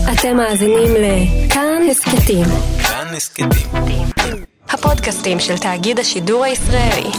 אתם מאזינים לכאן הסקטים. כאן הסקטים. הפודקאסטים של תאגיד השידור הישראלי.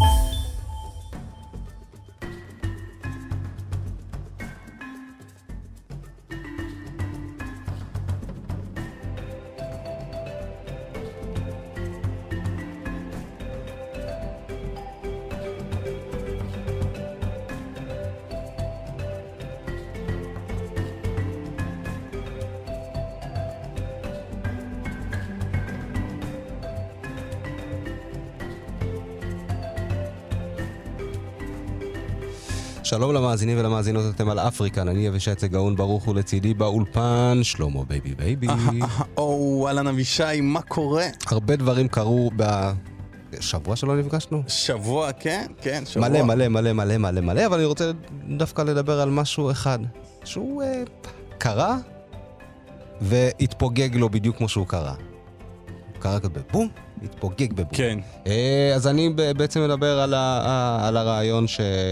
שלום למאזינים ולמאזינות, אתם על אפריקן, אני אבישי גאון ברוך ולצידי באולפן, שלמה בייבי בייבי. אהלן אבישי, מה קורה? הרבה דברים קרו בשבוע שלא נפגשנו. שבוע, כן, שבוע. מלא, אבל אני רוצה דווקא לדבר על משהו אחד, שהוא קרה והתפוגג לו בדיוק כמו שהוא קרה. קרה כזה בבום, התפוגג בבום. כן. אז אני בעצם מדבר על הרעיון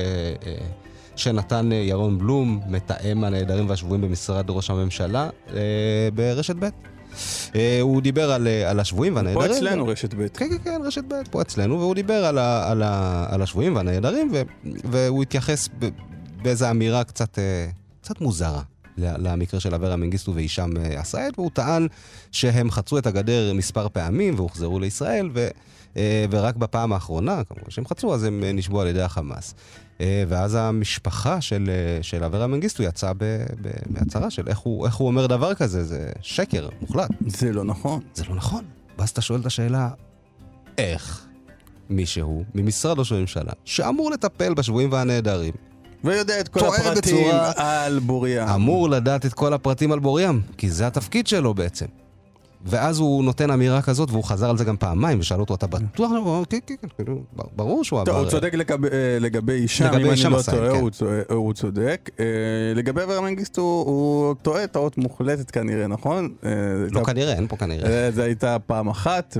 שנתן ירון בלום, מתאם הנהדרים והשבויים במשרד ראש הממשלה, ברשת ב'. הוא דיבר על השבויים והנהדרים. פה אצלנו רשת ב'. כן, רשת ב', פה אצלנו, והוא דיבר על השבויים והנהדרים, והוא התייחס באיזו אמירה קצת מוזרה למקרה של אברה מנגיסטו והישאם א-סייד, והוא טען שהם חצו את הגדר מספר פעמים והוחזרו לישראל, ורק בפעם האחרונה, כמובן שהם חצו, אז הם נשבו על ידי החמאס. ואז המשפחה של אברה מנגיסטו יצאה בהצהרה של איך הוא אומר דבר כזה, זה שקר מוחלט. זה לא נכון. זה לא נכון. ואז אתה שואל את השאלה, איך מישהו ממשרד ראש הממשלה, שאמור לטפל בשבויים והנהדרים, ויודע את כל הפרטים על בוריאם. אמור לדעת את כל הפרטים על בוריאם, כי זה התפקיד שלו בעצם. ואז הוא נותן אמירה כזאת, והוא חזר על זה גם פעמיים, ושאל אותו, אתה בטוח? כן, ברור שהוא אמר. הוא צודק לגבי הישאם, אם אני לא טועה, הוא צודק. לגבי אברה מנגיסטו, הוא טועה טעות מוחלטת כנראה, נכון? לא כנראה, אין פה כנראה. זה הייתה פעם אחת,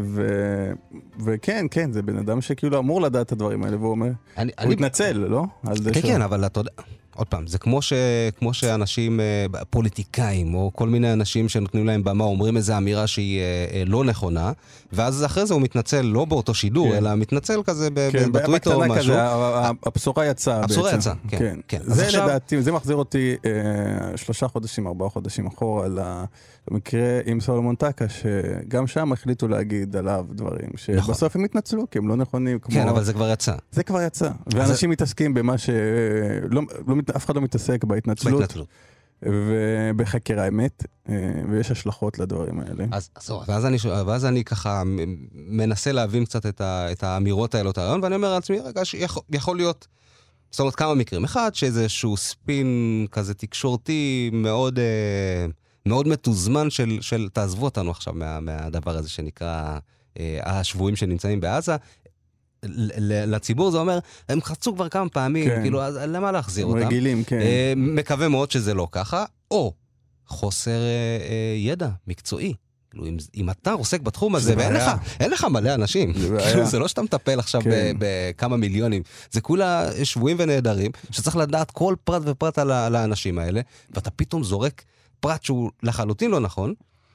וכן, זה בן אדם שכאילו אמור לדעת את הדברים האלה, והוא אומר, הוא התנצל, לא? כן, אבל אתה יודע, עוד פעם, זה כמו שאנשים, פוליטיקאים, או כל מיני אנשים שנותנים להם במה, אומרים איזו אמירה שהיא לא נכונה, ואז אחרי זה הוא מתנצל לא באותו שידור, אלא מתנצל כזה בטוויטר או משהו. הבשורה יצאה בעצם. הבשורה יצאה, כן. זה לדעתי, זה מחזיר אותי 3 חודשים, 4 חודשים אחורה, על המקרה עם סולומון טקה, שגם שם החליטו להגיד עליו דברים, שבסוף הם התנצלו, כי הם לא נכונים. כן, אבל זה כבר יצא. זה כבר יצא. ואנשים מתעסקים במה אף אחד לא מתעסק בהתנצלות ובחקר האמת, ויש השלכות לדברים האלה. ואז אני ככה מנסה להבין קצת את האמירות האלה, את הרעיון, ואני אומר לעצמי, רגע, יכול להיות, זאת אומרת, כמה מקרים. אחד, שאיזשהו ספין כזה תקשורתי מאוד, מאוד מתוזמן של תעזבו אותנו עכשיו מהדבר הזה שנקרא השבויים שנמצאים בעזה. לציבור זה אומר, הם חצו כבר כמה פעמים, כאילו, אז למה להחזיר אותם? רגילים, כן. מקווה מאוד שזה לא ככה, או חוסר ידע מקצועי. כאילו, אם אתה עוסק בתחום הזה, ואין לך מלא אנשים, זה לא שאתה מטפל עכשיו בכמה מיליונים, זה כולה שבויים ונהדרים, שצריך לדעת כל פרט ופרט על האנשים האלה, ואתה פתאום זורק פרט שהוא לחלוטין לא נכון,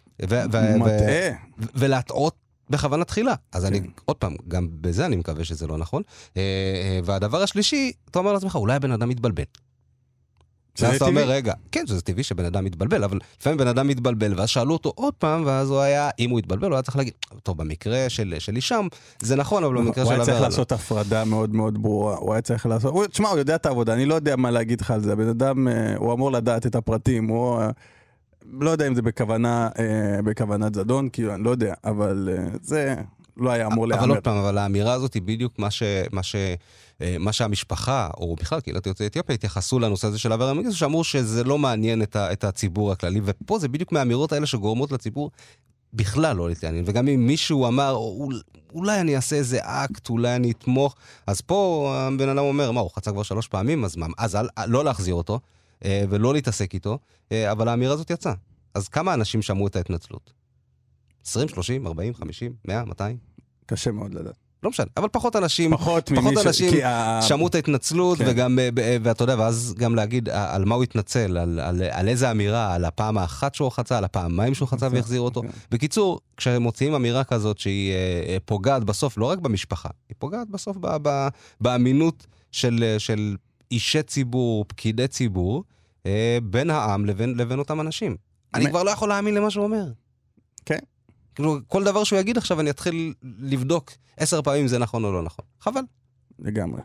ולהטעות בכוונה תחילה. אז אני, עוד פעם, גם בזה אני מקווה שזה לא נכון. והדבר השלישי, אתה אומר לעצמך, אולי הבן אדם מתבלבל. ואז אתה אומר, רגע, כן, זה טבעי שבן אדם מתבלבל, אבל לפעמים בן אדם מתבלבל, ואז שאלו אותו עוד פעם, ואז הוא היה, אם הוא התבלבל, הוא היה צריך להגיד, טוב, במקרה של הישאם, זה נכון, אבל במקרה של הוא היה צריך לעשות הפרדה מאוד מאוד ברורה. הוא היה צריך לעשות, תשמע, הוא יודע את העבודה, אני לא יודע מה להגיד לך על זה. הבן אדם, הוא אמור לדעת את הפרטים, הוא לא יודע אם זה בכוונת זדון, כאילו, אני לא יודע, אבל זה לא היה אמור להאמר. אבל עוד פעם, אבל האמירה הזאת היא בדיוק מה שהמשפחה, או בכלל קהילת יוצאי אתיופיה, התייחסו לנושא הזה של אברה מנגיסטו, שאמרו שזה לא מעניין את הציבור הכללי, ופה זה בדיוק מהאמירות האלה שגורמות לציבור בכלל לא להתעניין. וגם אם מישהו אמר, אולי אני אעשה איזה אקט, אולי אני אתמוך, אז פה הבן אדם אומר, מה, הוא חצה כבר 3 פעמים, אז לא להחזיר אותו, ולא להתעסק איתו, אבל האמירה הזאת יצאה. אז כמה אנשים שמעו את ההתנצלות? 20, 30, 40, 50, 100, 200? קשה מאוד לדעת. לא משנה, אבל פחות אנשים שמעו את ההתנצלות, וגם, ואתה יודע, ואז גם להגיד על מה הוא התנצל, על איזה אמירה, על הפעם האחת שהוא חצה, על הפעמיים שהוא חצה והחזיר אותו. בקיצור, כשמוציאים אמירה כזאת שהיא פוגעת בסוף, לא רק במשפחה, היא פוגעת בסוף באמינות של אישי ציבור, פקידי ציבור, בין העם לבין אותם אנשים. אני כבר לא יכול להאמין למה שהוא אומר. כן. כאילו, כל דבר שהוא יגיד עכשיו, אני אתחיל לבדוק 10 פעמים זה נכון או לא נכון. חבל. לגמרי.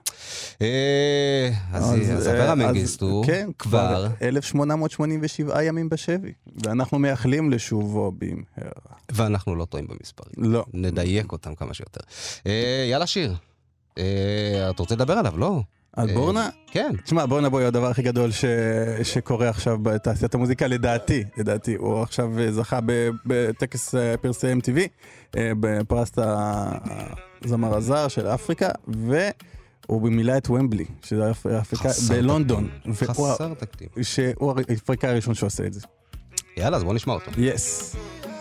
אז אברה מנגיסטו כבר 1887 ימים בשבי, ואנחנו מייחלים לשובו במהרה. ואנחנו לא טועים במספרים. לא. נדייק אותם כמה שיותר. יאללה שיר. אתה רוצה לדבר עליו, לא? על בורנה? כן. תשמע, בורנה בוי הוא הדבר הכי גדול שקורה עכשיו בתעשיית המוזיקה, לדעתי. הוא עכשיו זכה בטקס פרסי MTV, בפרס הזמר הזר של אפריקה, והוא במילא את ומבלי, שזה אפריקה בלונדון. חסר תקדים. שהוא האפריקאי הראשון שעושה את זה. יאללה, אז בוא נשמע אותו. Yes.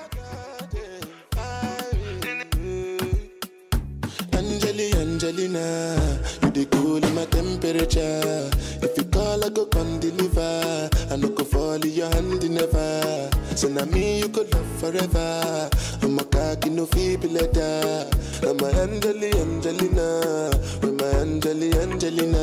Angelina, you dey cool in my temperature. If you call, I go come deliver. I no go fall in your hand never. So now me you could love forever. I'm a cocky no feeble letter. I'm a Angelina, with my Angelina.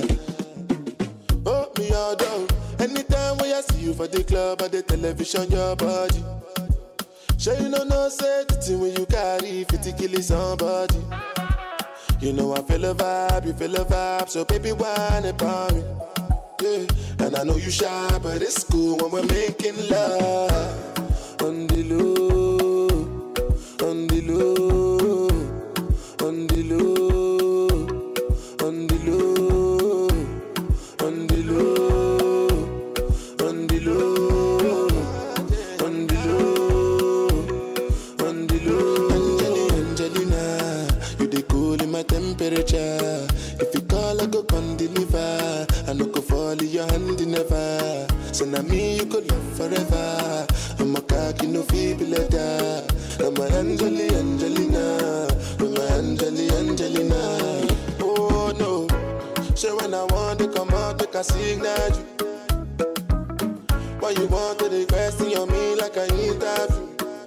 Oh me all down. Anytime when I see you for the club or the television, your body. Sure you know say the thing when you carry 50 kill somebody. You know I feel a vibe, you feel a vibe, so baby whine about me, yeah. And I know you shy, but it's cool when we're making love. On the low, on the low, on the low, on the low, on the low, on the low, on the low, on the low. Angelina, you dey cool in my temperature. If you call, I go come deliver. I no go fall in your hand never. So now me you could love forever. I'm a cocky no feeble letter. I'm a Angelina, I'm a Angelina. Oh no, so when I want to come out, make a signal you. Why you want to question on me like I interview?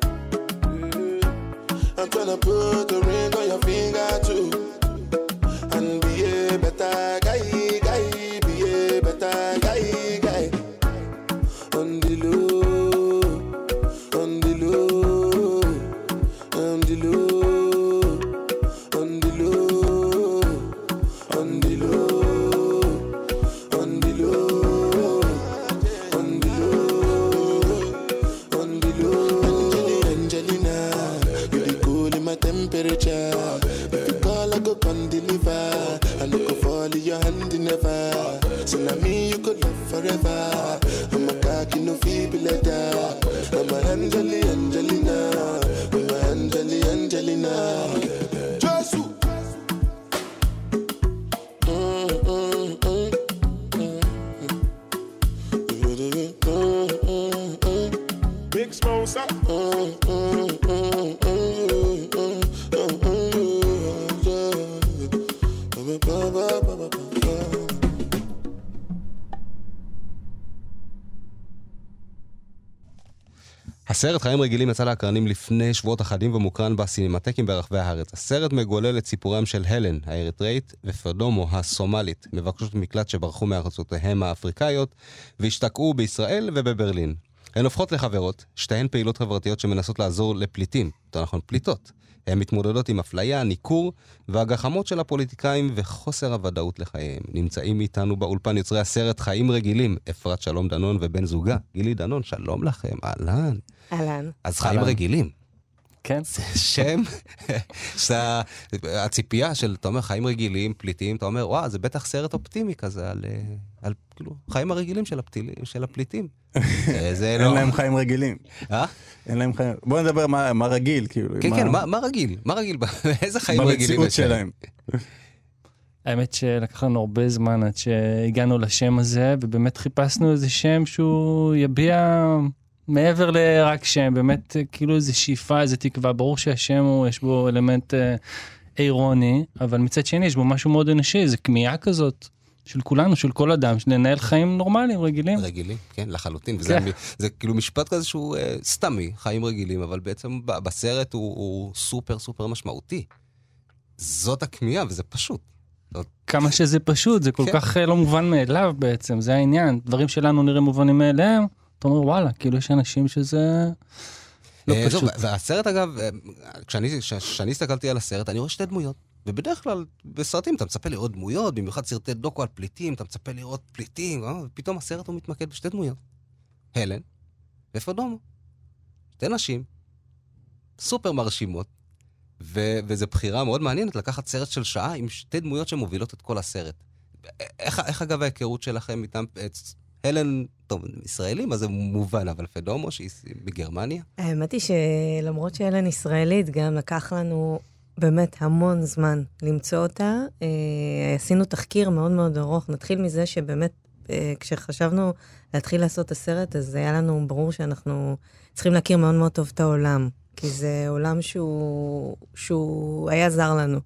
I'm tryna put the ring on your finger too. And be a better guy, be a better guy. On the low, on the low, on the low, on the low, on the low, on the low, on the low, on the low. Angelina, you dey cool in my temperature. If you call, I go come deliver. I no go fall in your hand never. So now me you could love forever. I'm a cocky no feeble letter. I'm a Angelina, I'm a Angelina. Jesu. Big Smosa. הסרט חיים רגילים יצא להקרנים לפני שבועות אחדים ומוקרן בסינמטקים ברחבי הארץ. הסרט מגולל את סיפורם של הלן, האריתראית, ופרדומו, הסומלית, מבקשות מקלט שברחו מארצותיהם האפריקאיות, והשתקעו בישראל ובברלין. הן הופכות לחברות, שתיהן פעילות חברתיות שמנסות לעזור לפליטים, יותר נכון פליטות. הן מתמודדות עם אפליה, ניכור, והגחמות של הפוליטיקאים וחוסר הוודאות לחייהם. נמצאים איתנו באולפן יוצרי הסרט חיים רגילים, אפרת שלום דנון ובן זוגה, גילי דנון, שלום לכם, אהלן. אהלן. אז חיים רגילים. כן. זה שם, הציפייה של, אתה אומר, חיים רגילים, פליטים, אתה אומר, וואה, זה בטח סרט אופטימי כזה, על כאילו, חיים הרגילים של הפליטים. אין להם חיים רגילים. אין להם חיים... בואו נדבר מה רגיל, כאילו. כן, כן, מה רגיל? מה רגיל? איזה חיים רגילים? במציאות שלהם. האמת שלקח לנו הרבה זמן עד שהגענו לשם הזה, ובאמת חיפשנו איזה שם שהוא יביע מעבר לרק שם, באמת כאילו איזו שאיפה, איזו תקווה. ברור שהשם יש בו אלמנט אירוני, אבל מצד שני יש בו משהו מאוד אנושי, זה כמיהה כזאת של כולנו, של כל אדם, שננהל חיים נורמליים, רגילים. רגילים, כן, לחלוטין. זה כאילו משפט כזה שהוא סתמי, חיים רגילים, אבל בעצם בסרט הוא סופר סופר משמעותי. זאת הכמיהה, וזה פשוט. כמה שזה פשוט, זה כל כך לא מובן מאליו בעצם, זה העניין. דברים שלנו נראים מובנים מאליהם, אתה אומר, וואלה, כאילו יש אנשים שזה לא פשוט. והסרט אגב, כשאני הסתכלתי על הסרט, אני רואה שתי דמויות. ובדרך כלל בסרטים אתה מצפה לראות דמויות, במיוחד סרטי דוקו על פליטים, אתה מצפה לראות פליטים, ופתאום הסרט הוא מתמקד בשתי דמויות. הלן ופדומו. שתי נשים, סופר מרשימות, וזו בחירה מאוד מעניינת לקחת סרט של שעה עם שתי דמויות שמובילות את כל הסרט. איך אגב ההיכרות שלכם איתם? הלן, טוב, ישראלים, אז זה מובן, אבל פדומו, שהיא מגרמניה? האמת היא שלמרות שהלן ישראלית, גם לקח לנו באמת המון זמן למצוא אותה. עשינו תחקיר מאוד מאוד ארוך. נתחיל מזה שבאמת, כשחשבנו להתחיל לעשות את הסרט, אז היה לנו ברור שאנחנו צריכים להכיר מאוד מאוד טוב את העולם. כי זה עולם שהוא היה זר לנו.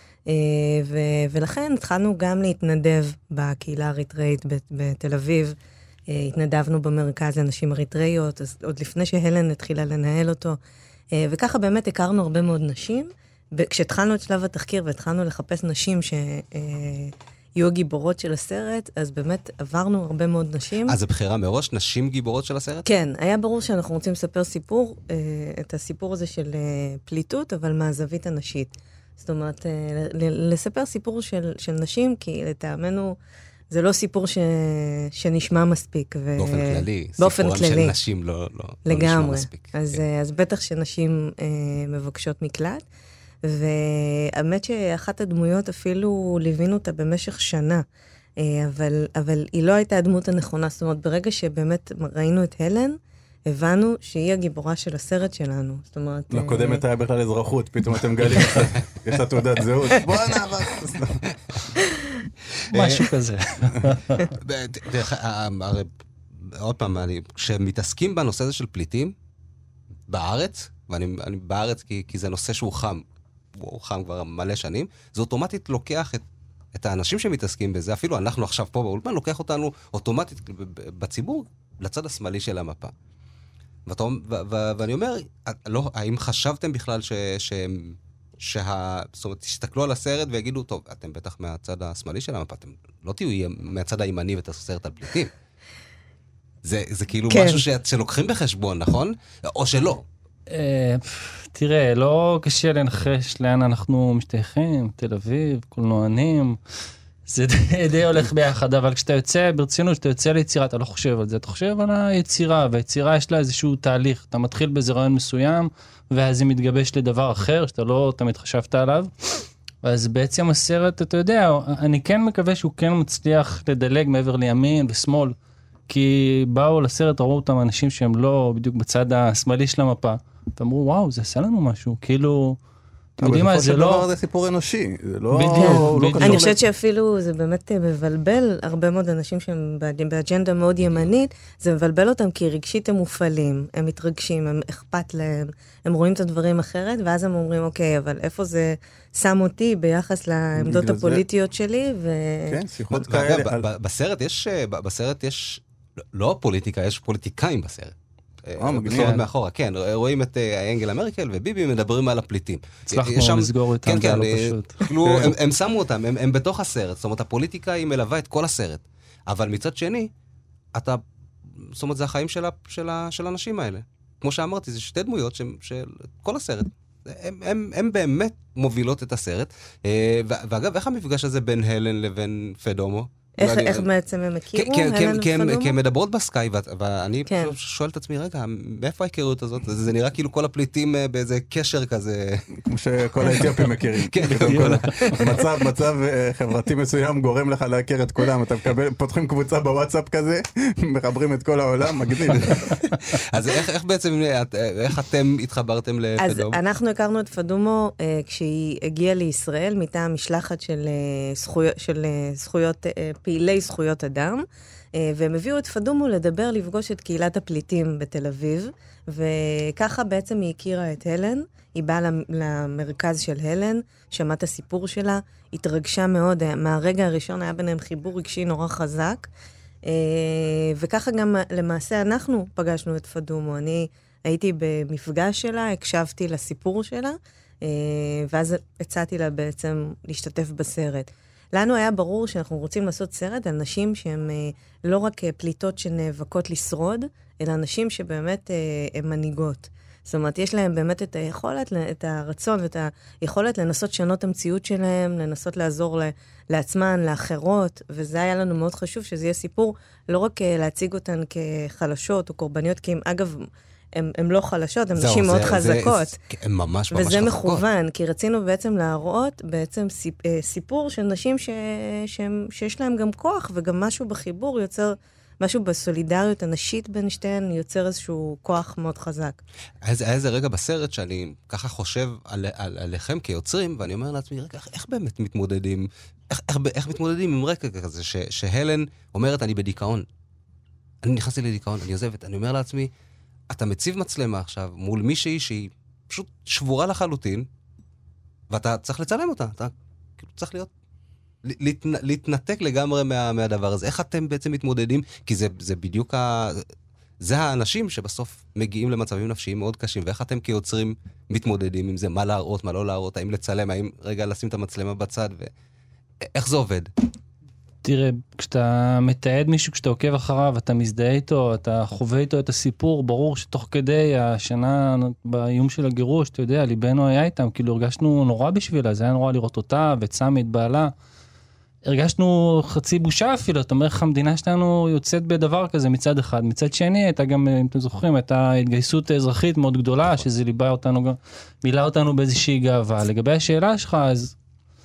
ולכן התחלנו גם להתנדב בקהילה האריתראית בתל אביב. התנדבנו במרכז לנשים אריתראיות, אז עוד לפני שהלן התחילה לנהל אותו. וככה באמת הכרנו הרבה מאוד נשים. כשהתחלנו את שלב התחקיר והתחלנו לחפש נשים שיהיו גיבורות של הסרט, אז באמת עברנו הרבה מאוד נשים. אז זה בחירה מראש, נשים גיבורות של הסרט? כן, היה ברור שאנחנו רוצים לספר סיפור, את הסיפור הזה של פליטות, אבל מהזווית הנשית. זאת אומרת, לספר סיפור של נשים, כי לטעמנו זה לא סיפור שנשמע מספיק. באופן כללי, באופן סיפורם של נשים לא נשמע מספיק. אז בטח שנשים מבקשות מקלט. והאמת שאחת הדמויות אפילו ליווינו אותה במשך שנה, אבל היא לא הייתה הדמות הנכונה. זאת אומרת, ברגע שבאמת ראינו את הלן, הבנו שהיא הגיבורה של הסרט שלנו. זאת אומרת... לקודמת היה בכלל אזרחות, פתאום אתם גלים, יש לה תעודת זהות. בוא נעבר. משהו כזה. עוד פעם, כשמתעסקים בנושא הזה של פליטים, בארץ, ואני בארץ כי זה נושא שהוא חם, הוא חם כבר מלא שנים, זה אוטומטית לוקח את האנשים שמתעסקים בזה, אפילו אנחנו עכשיו פה באולפן, לוקח אותנו אוטומטית בציבור לצד השמאלי של המפה. ואני אומר, האם חשבתם בכלל זאת אומרת, תסתכלו על הסרט ויגידו, טוב, אתם בטח מהצד השמאלי של המפה, אתם לא תהיו מהצד הימני ותעשו סרט על פליטים. זה כאילו משהו שלוקחים בחשבון, נכון? או שלא? תראה, לא קשה לנחש לאן אנחנו משתייכים, תל אביב, קולנוענים, זה די הולך ביחד, אבל כשאתה יוצא ברצינות, כשאתה יוצא ליצירה, אתה לא חושב על זה, אתה חושב על היצירה, והיצירה יש לה איזשהו תהליך, אתה מתחיל באיזה רעיון מסוים, ואז היא מתגבש לדבר אחר, שאתה לא תמיד חשבת עליו, אז בעצם הסרט, אתה יודע, אני כן מקווה שהוא כן מצליח לדלג מעבר לימין ושמאל, כי באו לסרט, ראו אותם אנשים שהם לא בדיוק בצד השמאלי של המפה, ואמרו, וואו, זה עשה לנו משהו, כאילו, אתם יודעים מה, זה לא... זה סיפור אנושי, זה לא... בדיוק. אני חושבת שאפילו זה באמת מבלבל הרבה מאוד אנשים שהם באג'נדה מאוד ימנית, זה מבלבל אותם כי רגשית הם מופעלים, הם מתרגשים, הם אכפת להם, הם רואים את הדברים אחרת, ואז הם אומרים, אוקיי, אבל איפה זה שם אותי ביחס לעמדות הפוליטיות שלי, כן, שיחות כאלה. בסרט יש, לא פוליטיקה, יש פוליטיקאים בסרט. מגניב. מאחורה, כן, רואים את אנגלה מרקל וביבי מדברים על הפליטים. הצלחנו לסגור איתם, זה לא פשוט. הם שמו אותם, הם בתוך הסרט, זאת אומרת, הפוליטיקה היא מלווה את כל הסרט. אבל מצד שני, זאת אומרת, זה החיים של האנשים האלה. כמו שאמרתי, זה שתי דמויות של כל הסרט. הם באמת מובילות את הסרט. ואגב, איך המפגש הזה בין הלן לבין פדומו? איך בעצם הם הכירו? כי הם מדברות בסקאי, ואני שואל את עצמי, רגע, מאיפה ההיכרות הזאת? זה נראה כאילו כל הפליטים באיזה קשר כזה. כמו שכל האתיופים מכירים. מצב חברתי מסוים גורם לך להכיר את כולם. אתה פותחים קבוצה בוואטסאפ כזה, מחברים את כל העולם, מגניב. אז איך בעצם, איך אתם התחברתם לפדומו? אז אנחנו הכרנו את פדומו כשהיא הגיעה לישראל, מטעם משלחת של זכויות פעילי זכויות אדם, והם הביאו את פדומו לדבר, לפגוש את קהילת הפליטים בתל אביב, וככה בעצם היא הכירה את הלן, היא באה למרכז של הלן, שמעה את הסיפור שלה, התרגשה מאוד, מהרגע הראשון היה ביניהם חיבור רגשי נורא חזק, וככה גם למעשה אנחנו פגשנו את פדומו, אני הייתי במפגש שלה, הקשבתי לסיפור שלה, ואז הצעתי לה בעצם להשתתף בסרט. לנו היה ברור שאנחנו רוצים לעשות סרט על נשים שהן לא רק פליטות שנאבקות לשרוד, אלא נשים שבאמת הן מנהיגות. זאת אומרת, יש להם באמת את היכולת, את הרצון ואת היכולת לנסות לשנות המציאות שלהם, לנסות לעזור לעצמן, לאחרות, וזה היה לנו מאוד חשוב שזה יהיה סיפור, לא רק להציג אותן כחלשות או קורבניות, כי הם, אגב, הן לא חלשות, הן נשים מאוד חזקות. הן ממש וזה חזקות. מכוון, כי רצינו בעצם להראות בעצם סיפור של נשים שיש להם גם כוח, וגם משהו בחיבור יוצר, משהו בסולידריות הנשית בין שתיהן, יוצר איזשהו כוח מאוד חזק. היה איזה רגע בסרט שאני ככה חושב עליכם כיוצרים, ואני אומר לעצמי, רגע, איך באמת מתמודדים, איך מתמודדים עם רקע כזה, שהלן אומרת, אני בדיכאון. אני נכנסתי לדיכאון, אני עוזבת, אני אומר לעצמי, אתה מציב מצלמה עכשיו מול מישהי שהיא פשוט שבורה לחלוטין, ואתה צריך לצלם אותה, אתה צריך להתנתק לגמרי מהדבר הזה. איך אתם בעצם מתמודדים? כי זה בדיוק זה האנשים שבסוף מגיעים למצבים נפשיים מאוד קשים, ואיך אתם כיוצרים מתמודדים עם זה? מה להראות, מה לא להראות, האם לצלם, האם רגע לשים את המצלמה בצד, ואיך זה עובד? תראה, כשאתה מתעד מישהו, כשאתה עוקב אחריו, אתה מזדהה איתו, אתה חווה איתו את הסיפור, ברור שתוך כדי השנה באיום של הגירוש, אתה יודע, ליבנו היה איתם, כאילו הרגשנו נורא בשבילה, זה היה נורא לראות אותה ואת סמי, את בעלה. הרגשנו חצי בושה אפילו, אתה אומר איך המדינה שלנו יוצאת בדבר כזה מצד אחד. מצד שני, הייתה גם, אם אתם זוכרים, הייתה התגייסות אזרחית מאוד גדולה, שזה ליבה אותנו, מילה אותנו באיזושהי גאווה. לגבי השאלה שלך, אז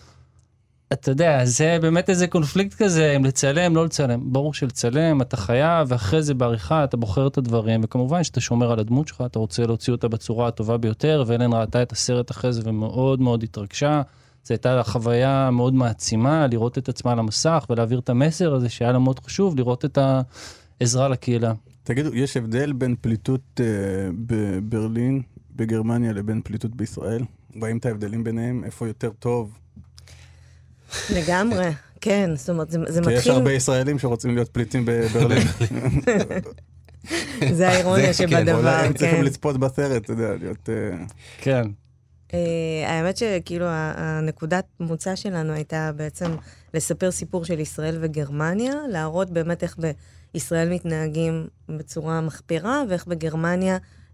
אתה יודע, זה באמת איזה קונפליקט כזה, אם לצלם, לא לצלם. ברור שלצלם, אתה חייב, ואחרי זה בעריכה, אתה בוחר את הדברים, וכמובן שאתה שומר על הדמות שלך, אתה רוצה להוציא אותה בצורה הטובה ביותר, ואלן ראתה את הסרט אחרי זה ומאוד מאוד התרגשה. זו הייתה חוויה מאוד מעצימה, לראות את עצמה על המסך, ולהעביר את המסר הזה, שהיה לה מאוד חשוב, לראות את העזרה לקהילה. תגידו, יש הבדל בין פליטות בברלין, בגרמניה, לבין פליטות בישראל? רואים את ההבדלים ביניהם? איפה יותר טוב? לגמרי, כן, זאת אומרת, זה מתחיל... כי יש הרבה ישראלים שרוצים להיות פליטים בברלין. זה האירוניה שבדבר, אולי הם כן. צריכים לצפות בסרט, אתה יודע, להיות... כן. האמת שכאילו הנקודת מוצא שלנו הייתה בעצם לספר סיפור של ישראל וגרמניה, להראות באמת איך בישראל מתנהגים בצורה מחפירה, ואיך בגרמניה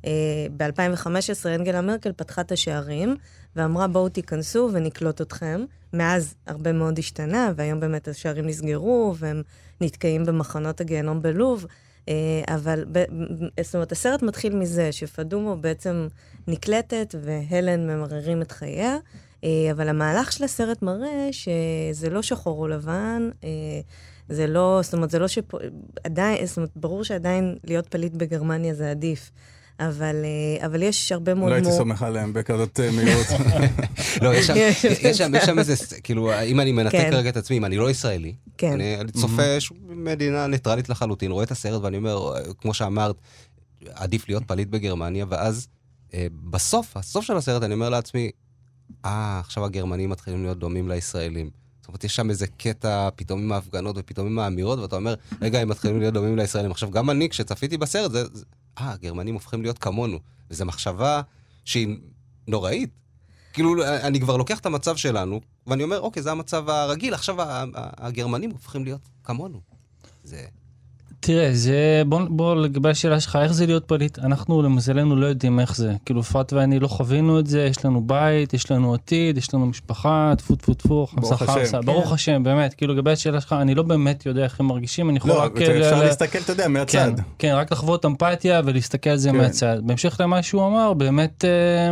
ב-2015 אנגלה מרקל פתחה את השערים, ואמרה בואו תיכנסו ונקלוט אתכם. מאז הרבה מאוד השתנה, והיום באמת השערים נסגרו, והם נתקעים במחנות הגיהנום בלוב, אבל זאת אומרת, הסרט מתחיל מזה שפדומו בעצם נקלטת והלן ממררים את חייה, אבל המהלך של הסרט מראה שזה לא שחור או לבן, זה לא, זאת אומרת, זה לא עדיין, זאת אומרת, ברור שעדיין להיות פליט בגרמניה זה עדיף, אבל יש הרבה מאוד... לא הייתי סומך עליהם בכזאת מהירות. לא, יש שם איזה, כאילו, אם אני מנתק רגע את עצמי, אם אני לא ישראלי, אני צופה מדינה ניטרלית לחלוטין, רואה את הסרט ואני אומר, כמו שאמרת, עדיף להיות פליט בגרמניה, ואז בסוף של הסרט אני אומר לעצמי, עכשיו הגרמנים מתחילים להיות דומים לישראלים. זאת אומרת, יש שם איזה קטע פתאום עם ההפגנות ופתאום עם האמירות, ואתה אומר, רגע, הם מתחילים להיות דומים לישראלים. עכשיו, גם אני, כשצפיתי בסרט, הגרמנים הופכים להיות כמונו. וזו מחשבה שהיא נוראית. כאילו, אני כבר לוקח את המצב שלנו, ואני אומר, אוקיי, זה המצב הרגיל, עכשיו הגרמנים הופכים להיות כמונו. זה... תראה, בוא לגבי השאלה שלך, איך זה להיות פליט? אנחנו למזלנו לא יודעים איך זה. כאילו, פרט ואני לא חווינו את זה, יש לנו בית, יש לנו עתיד, יש לנו משפחה, טפו טפו טפו, חמסה חרסה. ברוך השם, באמת. כאילו, לגבי השאלה שלך, אני לא באמת יודע איך הם מרגישים, אני יכול רק... לא, אפשר להסתכל, אתה יודע, מהצד. כן, רק לחוות אמפתיה ולהסתכל על זה מהצד. בהמשך למה שהוא אמר, באמת...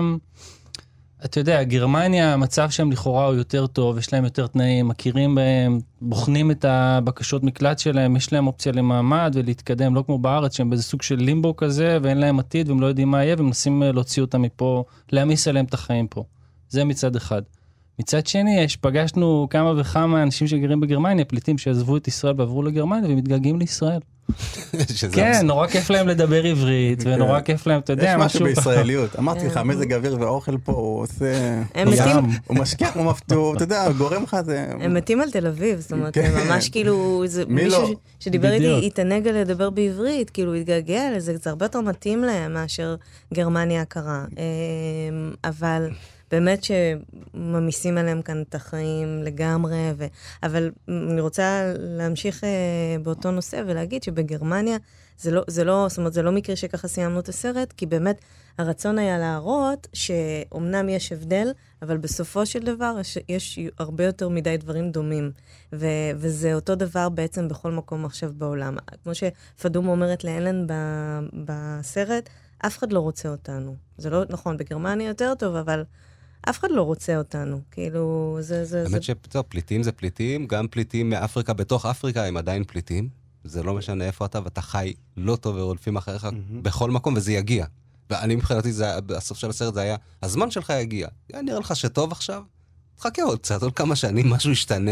אתה יודע, גרמניה, המצב שם לכאורה הוא יותר טוב, יש להם יותר תנאים, מכירים בהם, בוחנים את הבקשות מקלט שלהם, יש להם אופציה למעמד ולהתקדם, לא כמו בארץ, שהם באיזה סוג של לימבו כזה, ואין להם עתיד, והם לא יודעים מה יהיה, והם מנסים להוציא אותם מפה, להמיס עליהם את החיים פה. זה מצד אחד. מצד שני, פגשנו כמה וכמה אנשים שגרים בגרמניה, פליטים שעזבו את ישראל ועברו לגרמניה ומתגעגעים לישראל. כן, נורא כיף להם לדבר עברית, ונורא כיף להם, אתה יודע, יש משהו בישראליות. אמרתי לך, מזג אוויר ואוכל פה, הוא עושה... הוא משקיע, הוא מפתור, אתה יודע, גורם לך זה... הם מתים על תל אביב, זאת אומרת, ממש כאילו, מישהו שדיבר איתי, התענג על לדבר בעברית, כאילו, התגעגע לזה, זה הרבה יותר מתאים להם מאשר גרמניה הקרה. אבל... באמת שממיסים עליהם כאן את החיים לגמרי, אבל אני רוצה להמשיך באותו נושא ולהגיד שבגרמניה זה לא מקרה שככה סיימנו את הסרט, כי באמת הרצון היה להראות שאומנם יש הבדל, אבל בסופו של דבר יש הרבה יותר מדי דברים דומים, וזה אותו דבר בעצם בכל מקום עכשיו בעולם. כמו שפדום אומרת לאלן בסרט, אף אחד לא רוצה אותנו. זה לא נכון, בגרמניה יותר טוב, אבל... אף אחד לא רוצה אותנו, כאילו, באמת שפליטים זה פליטים, גם פליטים מאפריקה בתוך אפריקה הם עדיין פליטים, זה לא משנה איפה אתה, ואתה חי לא טוב ורודפים אחריך בכל מקום, וזה יגיע. ואני מבחינתי, בסוף של הסרט זה היה, הזמן שלך יגיע. נראה לך שטוב עכשיו? תחכה עוד קצת, עוד כמה שנים, משהו ישתנה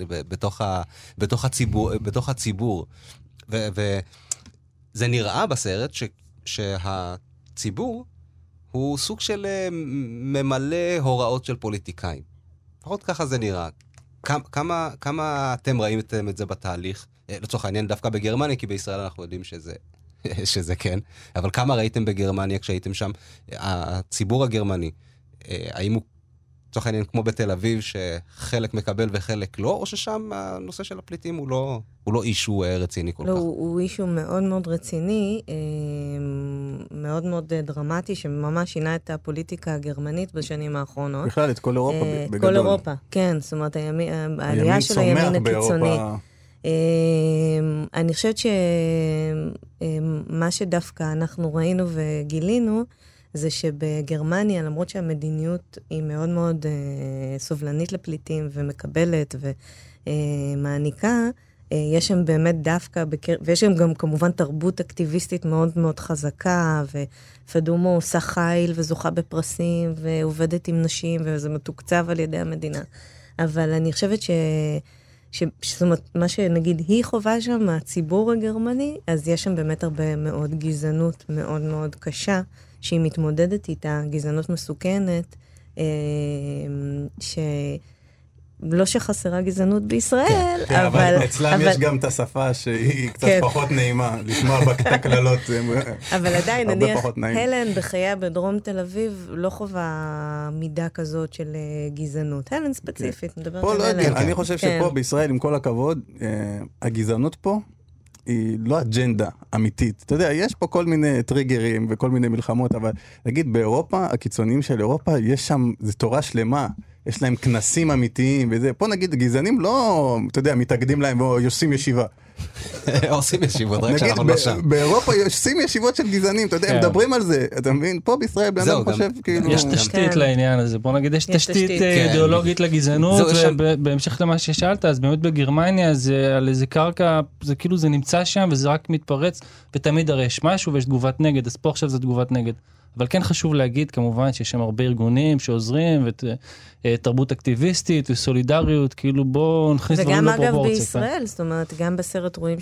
בתוך הציבור. וזה נראה בסרט שהציבור, הוא סוג של ממלא הוראות של פוליטיקאים. לפחות ככה זה נראה. כמה אתם ראיתם את זה בתהליך? לצורך העניין דווקא בגרמניה, כי בישראל אנחנו יודעים שזה כן. אבל כמה ראיתם בגרמניה כשהייתם שם? הציבור הגרמני, האם הוא, לצורך העניין, כמו בתל אביב, שחלק מקבל וחלק לא, או ששם הנושא של הפליטים הוא לא אישו רציני כל כך? לא, הוא אישו מאוד מאוד רציני, מאוד מאוד דרמטי, שממש שינה את הפוליטיקה הגרמנית בשנים האחרונות. בכלל, את כל אירופה בגדול. כל אירופה, כן, זאת אומרת, העלייה של הימין הקיצוני. אני חושבת שמה שדווקא אנחנו ראינו וגילינו, זה שבגרמניה, למרות שהמדיניות היא מאוד מאוד סובלנית לפליטים ומקבלת ומעניקה, יש שם באמת דווקא, ויש שם גם כמובן תרבות אקטיביסטית מאוד מאוד חזקה, ופדומו עושה חיל וזוכה בפרסים, ועובדת עם נשים, וזה מתוקצב על ידי המדינה. אבל אני חושבת זאת אומרת, מה שנגיד היא חובה שם, הציבור הגרמני, אז יש שם באמת הרבה מאוד גזענות מאוד מאוד קשה, שהיא מתמודדת איתה, גזענות מסוכנת, לא שחסרה גזענות בישראל, אבל אצלם יש גם את השפה שהיא קצת פחות נעימה, לשמוע בקטע כללות. אבל עדיין, נניח, הלן בחייה בדרום תל אביב לא חובה מידה כזאת של גזענות. הלן ספציפית, מדברת על הלן. אני חושב שפה בישראל, עם כל הכבוד, הגזענות פה, היא לא אג'נדה אמיתית. אתה יודע, יש פה כל מיני טריגרים וכל מיני מלחמות, אבל נגיד באירופה, הקיצוניים של אירופה, יש שם, זה תורה שלמה, יש להם כנסים אמיתיים וזה. פה נגיד, גזענים לא, אתה יודע, מתאגדים להם ועושים ישיבה. עושים ישיבות, רק שאנחנו לא שם. באירופה עושים ישיבות של גזענים, אתה יודע, הם מדברים על זה, אתה מבין? פה בישראל בן אדם חושב כאילו... יש תשתית לעניין הזה, בוא נגיד, יש תשתית אידיאולוגית לגזענות, ובהמשך למה ששאלת, אז באמת בגרמניה, זה על איזה קרקע, זה כאילו זה נמצא שם, וזה רק מתפרץ, ותמיד הרי יש משהו, ויש תגובת נגד, אז פה עכשיו זה תגובת נגד. אבל כן חשוב להגיד, כמובן, שיש שם הרבה ארגונים שעוזרים, ותרבות אקטיביסטית וסולידריות, כאילו בואו נכניס דברים לפרופורציה. וגם אגב בישראל, זאת אומרת, גם בסרט רואים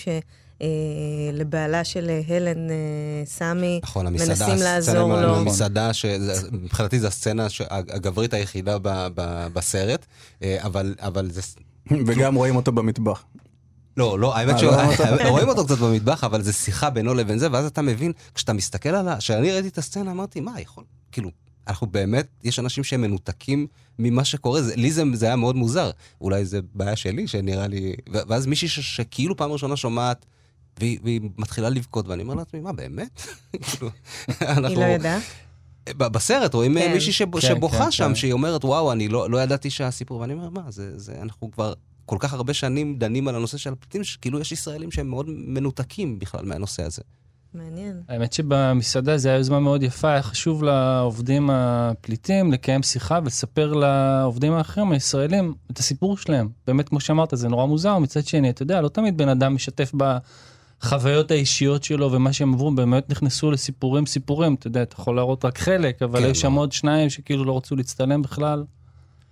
שלבעלה של הלן סמי, מנסים לעזור לו. המסעדה, מבחינתי זו הסצנה הגברית היחידה בסרט, אבל זה... וגם רואים אותו במטבח. לא, האמת שרואים אותו קצת במטבח, אבל זה שיחה בינו לבין זה, ואז אתה מבין, כשאתה מסתכל עליה, כשאני ראיתי את הסצנה, אמרתי, מה יכול? כאילו, אנחנו באמת, יש אנשים שהם מנותקים ממה שקורה, לי זה היה מאוד מוזר, אולי זה בעיה שלי, שנראה לי, ואז מישהי שכאילו פעם ראשונה שומעת, והיא מתחילה לבכות, ואני אומר לעצמי, מה, באמת? היא לא ידעה? בסרט רואים מישהי שבוכה שם, שהיא אומרת, וואו, אני לא ידעתי שהסיפור, ואני אומר, מה, אנחנו כבר כל כך הרבה שנים דנים על הנושא של הפליטים, שכאילו יש ישראלים שהם מאוד מנותקים בכלל מהנושא הזה. מעניין. האמת שבמסעדה זה היה יוזמה מאוד יפה, היה חשוב לעובדים הפליטים לקיים שיחה ולספר לעובדים האחרים, הישראלים, את הסיפור שלהם. באמת, כמו שאמרת, זה נורא מוזר, מצד שני, אתה יודע, לא תמיד בן אדם משתף בחוויות האישיות שלו, ומה שהם עברו, באמת נכנסו לסיפורים, אתה יודע, אתה יכול להראות רק חלק, אבל יש שם עוד שניים שכאילו לא רצו להצטלם בכלל.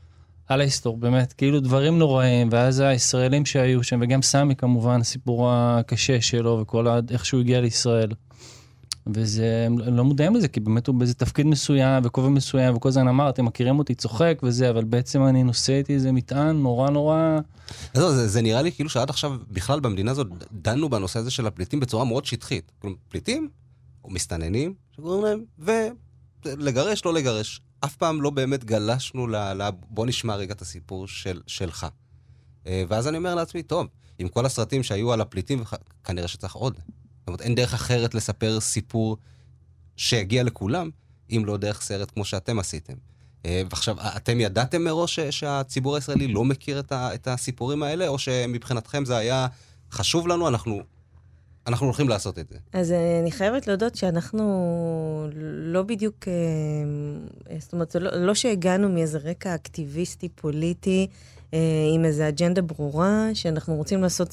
על ההיסטור, באמת, כאילו דברים נוראים, ואז הישראלים שהיו שם, וגם סמי כמובן, הסיפור הקשה שלו, וכל איך שהוא הגיע לישראל. וזה, הם לא מודעים לזה, כי באמת הוא באיזה תפקיד מסוים, וכובע מסוים, וכל זה אני אמר, אתם מכירים אותי, צוחק וזה, אבל בעצם אני נושא איתי איזה מטען נורא. זה נראה לי כאילו שעד עכשיו, בכלל במדינה הזאת, דנו בנושא הזה של הפליטים בצורה מאוד שטחית. כלומר, פליטים, או מסתננים, שקוראים להם, ולגרש, לא לגרש. אף פעם לא באמת גלשנו בוא נשמע רגע את הסיפור שלך. ואז אני אומר לעצמי, טוב, עם כל הסרטים שהיו על הפליטים, כנראה שצריך עוד. זאת אומרת, אין דרך אחרת לספר סיפור שהגיע לכולם, אם לא דרך סרט כמו שאתם עשיתם. ועכשיו, אתם ידעתם מראש שהציבור הישראלי לא מכיר את הסיפורים האלה, או שמבחינתכם זה היה חשוב לנו, אנחנו הולכים לעשות את זה. אז אני חייבת להודות שאנחנו לא בדיוק, זאת אומרת, לא שהגענו מאיזה רקע אקטיביסטי פוליטי, עם איזו אג'נדה ברורה, שאנחנו רוצים לעשות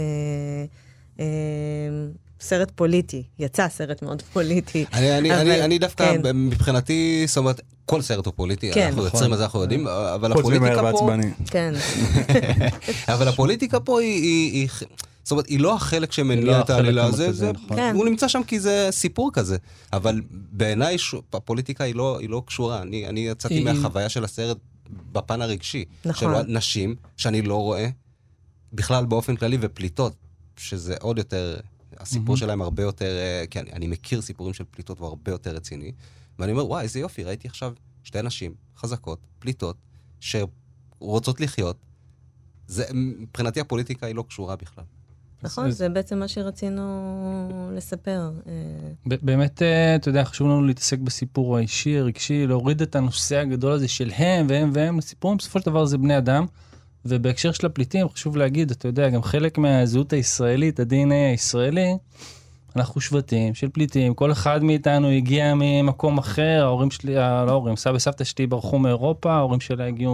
סרט פוליטי. יצא סרט מאוד פוליטי. אני דווקא מבחינתי, זאת אומרת, כל סרט הוא פוליטי, אנחנו יוצרים אז אנחנו יודעים, אבל הפוליטיקה פה... כן. אבל הפוליטיקה פה היא... זאת אומרת, היא לא החלק שמניע את העלילה הזה, הוא נמצא שם כי זה סיפור כזה, אבל בעיניי הפוליטיקה היא לא קשורה. אני יצאתי מהחוויה של הסרט בפן הרגשי, של נשים שאני לא רואה, בכלל באופן כללי, ופליטות, שזה עוד יותר, הסיפור שלהם הרבה יותר, כי אני מכיר סיפורים של פליטות, הוא הרבה יותר רציני, ואני אומר, וואי, איזה יופי, ראיתי עכשיו שתי נשים חזקות, פליטות, שרוצות לחיות, מבחינתי הפוליטיקה היא לא קשורה בכלל. נכון, זה בעצם מה שרצינו לספר. באמת, אתה יודע, חשוב לנו להתעסק בסיפור האישי, הרגשי, להוריד את הנושא הגדול הזה של הם והם, לסיפורים, בסופו של דבר זה בני אדם, ובהקשר של הפליטים, חשוב להגיד, אתה יודע, גם חלק מהזהות הישראלית, ה-DNA הישראלי, אנחנו שבטים של פליטים, כל אחד מאיתנו הגיע ממקום אחר, ההורים שלי, לא ההורים, סבא וסבתא שלי ברחו מאירופה, ההורים שלה הגיעו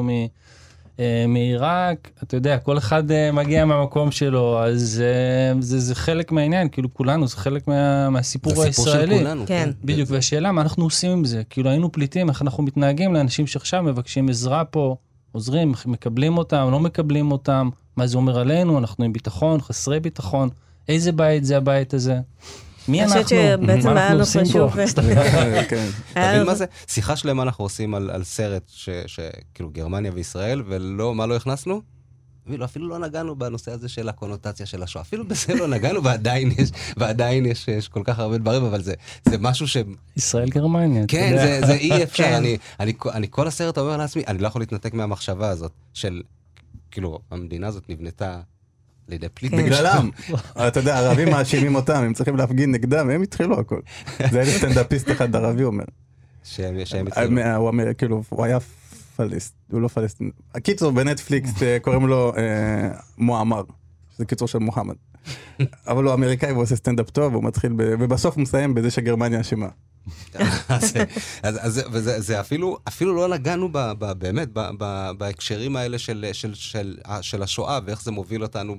מעיראק, אתה יודע, כל אחד מגיע מהמקום שלו, אז זה חלק מהעניין, כאילו כולנו, זה חלק מהסיפור הישראלי. זה סיפור של כולנו. כן. בדיוק, והשאלה, מה אנחנו עושים עם זה? כאילו היינו פליטים, איך אנחנו מתנהגים לאנשים שעכשיו מבקשים עזרה פה, עוזרים, מקבלים אותם, לא מקבלים אותם, מה זה אומר עלינו, אנחנו עם ביטחון, חסרי ביטחון, איזה בית זה הבית הזה? מי אנחנו? אני חושבת שבעצם היה לנו חשוב. תבין מה זה? שיחה שלמה אנחנו עושים על סרט שכאילו גרמניה וישראל, ומה לא הכנסנו? אפילו לא נגענו בנושא הזה של הקונוטציה של השואה. אפילו בזה לא נגענו, ועדיין יש כל כך הרבה דברים, אבל זה משהו ש... ישראל גרמניה. כן, זה אי אפשר. אני כל הסרט אומר לעצמי, אני לא יכול להתנתק מהמחשבה הזאת, של כאילו המדינה הזאת נבנתה לידי פליטים. בגללם. אתה יודע, ערבים מאשימים אותם, הם צריכים להפגין נגדם, הם התחילו הכל. זה היה סטנדאפיסט אחד ערבי אומר. שהם התחילו. הוא אומר, כאילו, הוא היה הוא לא פלסטין. הקיצור בנטפליקס קוראים לו מועמר, שזה קיצור של מוחמד. אבל הוא אמריקאי והוא עושה סטנדאפ טוב, והוא מתחיל, ובסוף הוא מסיים בזה שגרמניה אשמה. וזה אפילו לא נגענו באמת בהקשרים האלה של השואה, ואיך זה מוביל אותנו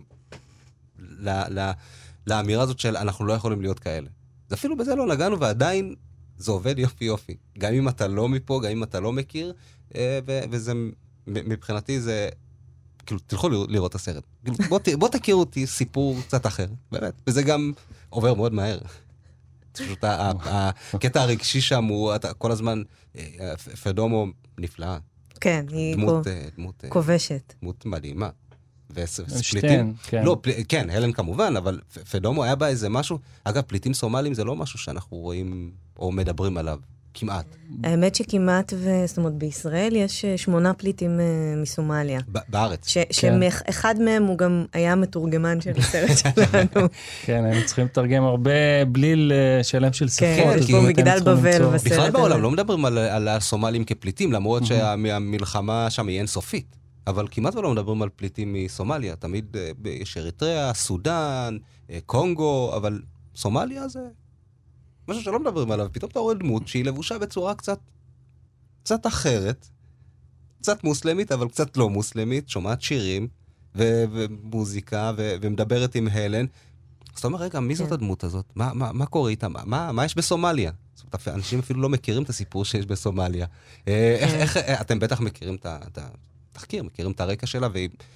לאמירה הזאת של אנחנו לא יכולים להיות כאלה. אפילו בזה לא נגענו, ועדיין זה עובד יופי. גם אם אתה לא מפה, גם אם אתה לא מכיר, וזה מבחינתי זה, כאילו, תלכו לראות את הסרט. בוא תכירו אותי סיפור קצת אחר, באמת. וזה גם עובר מאוד מהר. פשוט הקטע הרגשי שם הוא כל הזמן, פדומו נפלאה. כן, היא דמות כובשת. דמות מדהימה. וספליטים, כן, הלן כמובן, אבל פדומו היה בה איזה משהו, אגב, פליטים סומלים זה לא משהו שאנחנו רואים או מדברים עליו, כמעט. האמת שכמעט, זאת אומרת, בישראל יש 8 פליטים מסומליה. בארץ. שאחד מהם הוא גם היה מתורגמן של הסרט שלנו. כן, היינו צריכים לתרגם הרבה בליל שלם של שפות. כן, יש פה מגדל בבל בסרט. בכלל בעולם לא מדברים על הסומלים כפליטים, למרות שהמלחמה שם היא אינסופית. אבל כמעט ולא מדברים על פליטים מסומליה. תמיד יש אריתריאה, סודן, קונגו, אבל סומליה זה משהו שלא מדברים עליו. פתאום אתה רואה דמות שהיא לבושה בצורה קצת אחרת, קצת מוסלמית, אבל קצת לא מוסלמית, שומעת שירים ומוזיקה ומדברת עם הלן. אז אתה אומר, רגע, מי זאת הדמות הזאת? מה קורה איתה? מה יש בסומליה? זאת אומרת, אנשים אפילו לא מכירים את הסיפור שיש בסומליה. איך, אתם בטח מכירים את תחקיר, מכירים את הרקע שלה,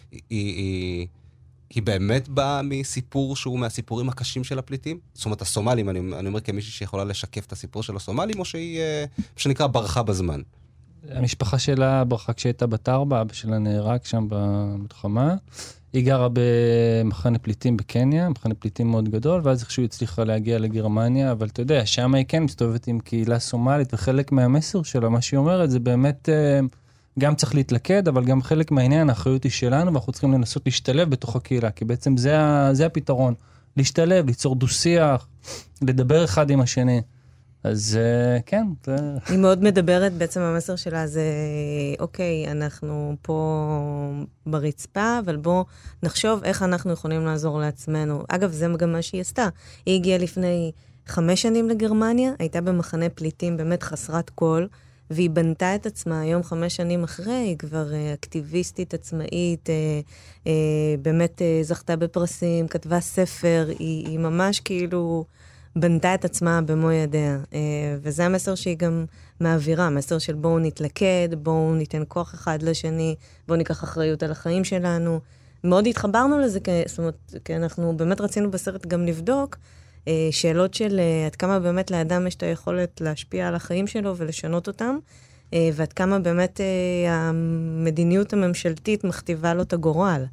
והיא באמת באה מסיפור שהוא מהסיפורים הקשים של הפליטים? זאת אומרת, הסומלים, אני אומר כמישהי שיכולה לשקף את הסיפור של הסומלים, או שהיא, שנקרא, ברחה בזמן? המשפחה שלה ברחה כשהייתה בת 4, אבא שלה נהרג שם במלחמה. היא גרה במחנה פליטים בקניה, מחנה פליטים מאוד גדול, ואז איכשהו הצליחה להגיע לגרמניה, אבל אתה יודע, שם היא כן מסתובבת עם קהילה סומלית, וחלק מהמסר שלה, מה שהיא אומרת, זה באמת גם צריך להתלכד, אבל גם חלק מהעניין, האחריות היא שלנו, ואנחנו צריכים לנסות להשתלב בתוך הקהילה, כי בעצם זה הפתרון, להשתלב, ליצור דו-שיח, לדבר אחד עם השני. אז כן. היא מאוד מדברת, בעצם המסר שלה זה, אוקיי, אנחנו פה ברצפה, אבל בואו נחשוב איך אנחנו יכולים לעזור לעצמנו. אגב, זה גם מה שהיא עשתה. היא הגיעה לפני 5 שנים לגרמניה, הייתה במחנה פליטים באמת חסרת כל, והיא בנתה את עצמה היום 5 שנים אחרי, היא כבר אקטיביסטית עצמאית, באמת זכתה בפרסים, כתבה ספר, היא ממש כאילו בנתה את עצמה במו ידיה. וזה המסר שהיא גם מעבירה, מסר של בואו נתלכד, בואו ניתן כוח אחד לשני, בואו ניקח אחריות על החיים שלנו. מאוד התחברנו לזה, זאת אומרת, כי אנחנו באמת רצינו בסרט גם לבדוק, שאלות של עד כמה באמת לאדם יש את היכולת להשפיע על החיים שלו ולשנות אותם, ועד כמה באמת המדיניות הממשלתית מכתיבה לו את הגורל.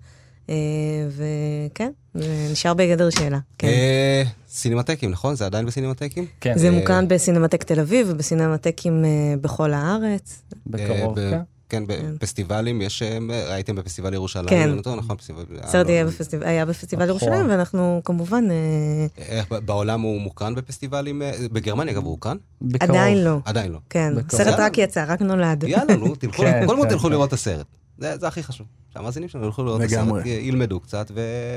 וכן, זה נשאר בגדר שאלה. סינמטקים, נכון? זה עדיין בסינמטקים? כן. זה מוקרן בסינמטק תל אביב ובסינמטקים בכל הארץ. בקרוב, כן. כן, בפסטיבלים, הייתם בפסטיבל ירושלים, כן. נכון? סרט היה בפסטיבל ירושלים, ואנחנו כמובן... בעולם הוא מוקרן בפסטיבלים? בגרמניה אגב הוא מוקרן? עדיין לא. עדיין לא. כן, סרט רק יצא, רק נולד. יאללה, נו, כל מות תלכו לראות את הסרט. זה הכי חשוב. שהמאזינים שלנו ילכו לראות את הסרט, ילמדו קצת,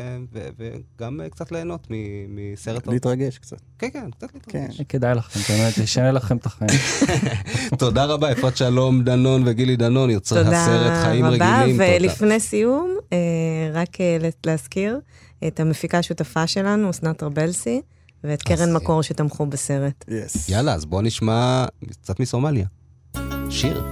וגם קצת ליהנות מסרט טוב. להתרגש קצת. כן, קצת להתרגש. כדאי לכם, באמת, לשנה לכם את החיים. תודה רבה, אפרת שלום דנון וגילי דנון, יוצרי הסרט חיים רגילים. תודה רבה, ולפני סיום, רק להזכיר את המפיקה השותפה שלנו, אסנת רבלסי, ואת קרן מקור שתמכו בסרט. יאללה, אז בואו נשמע קצת מסומליה. שיר.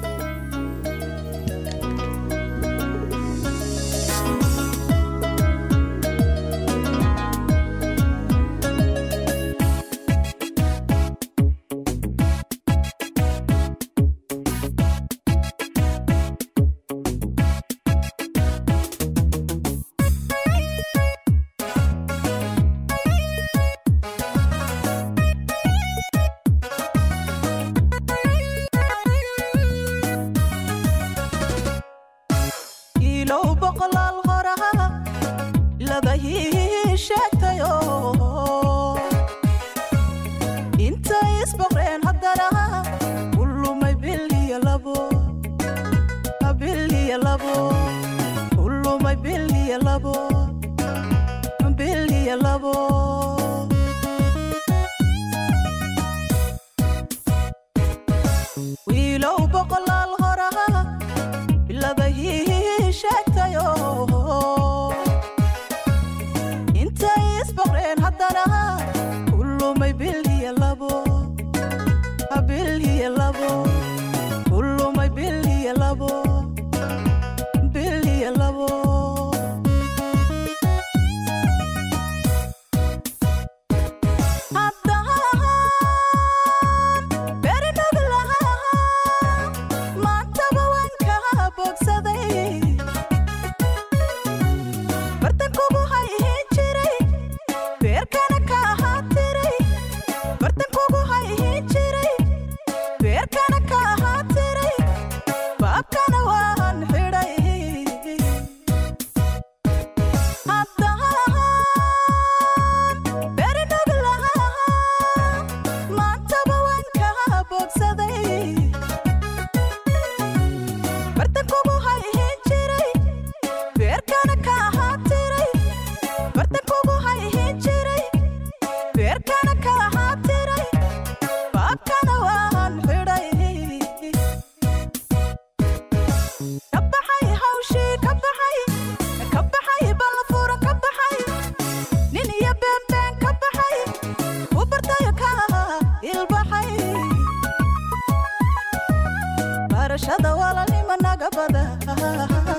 barashada wala nima naga bada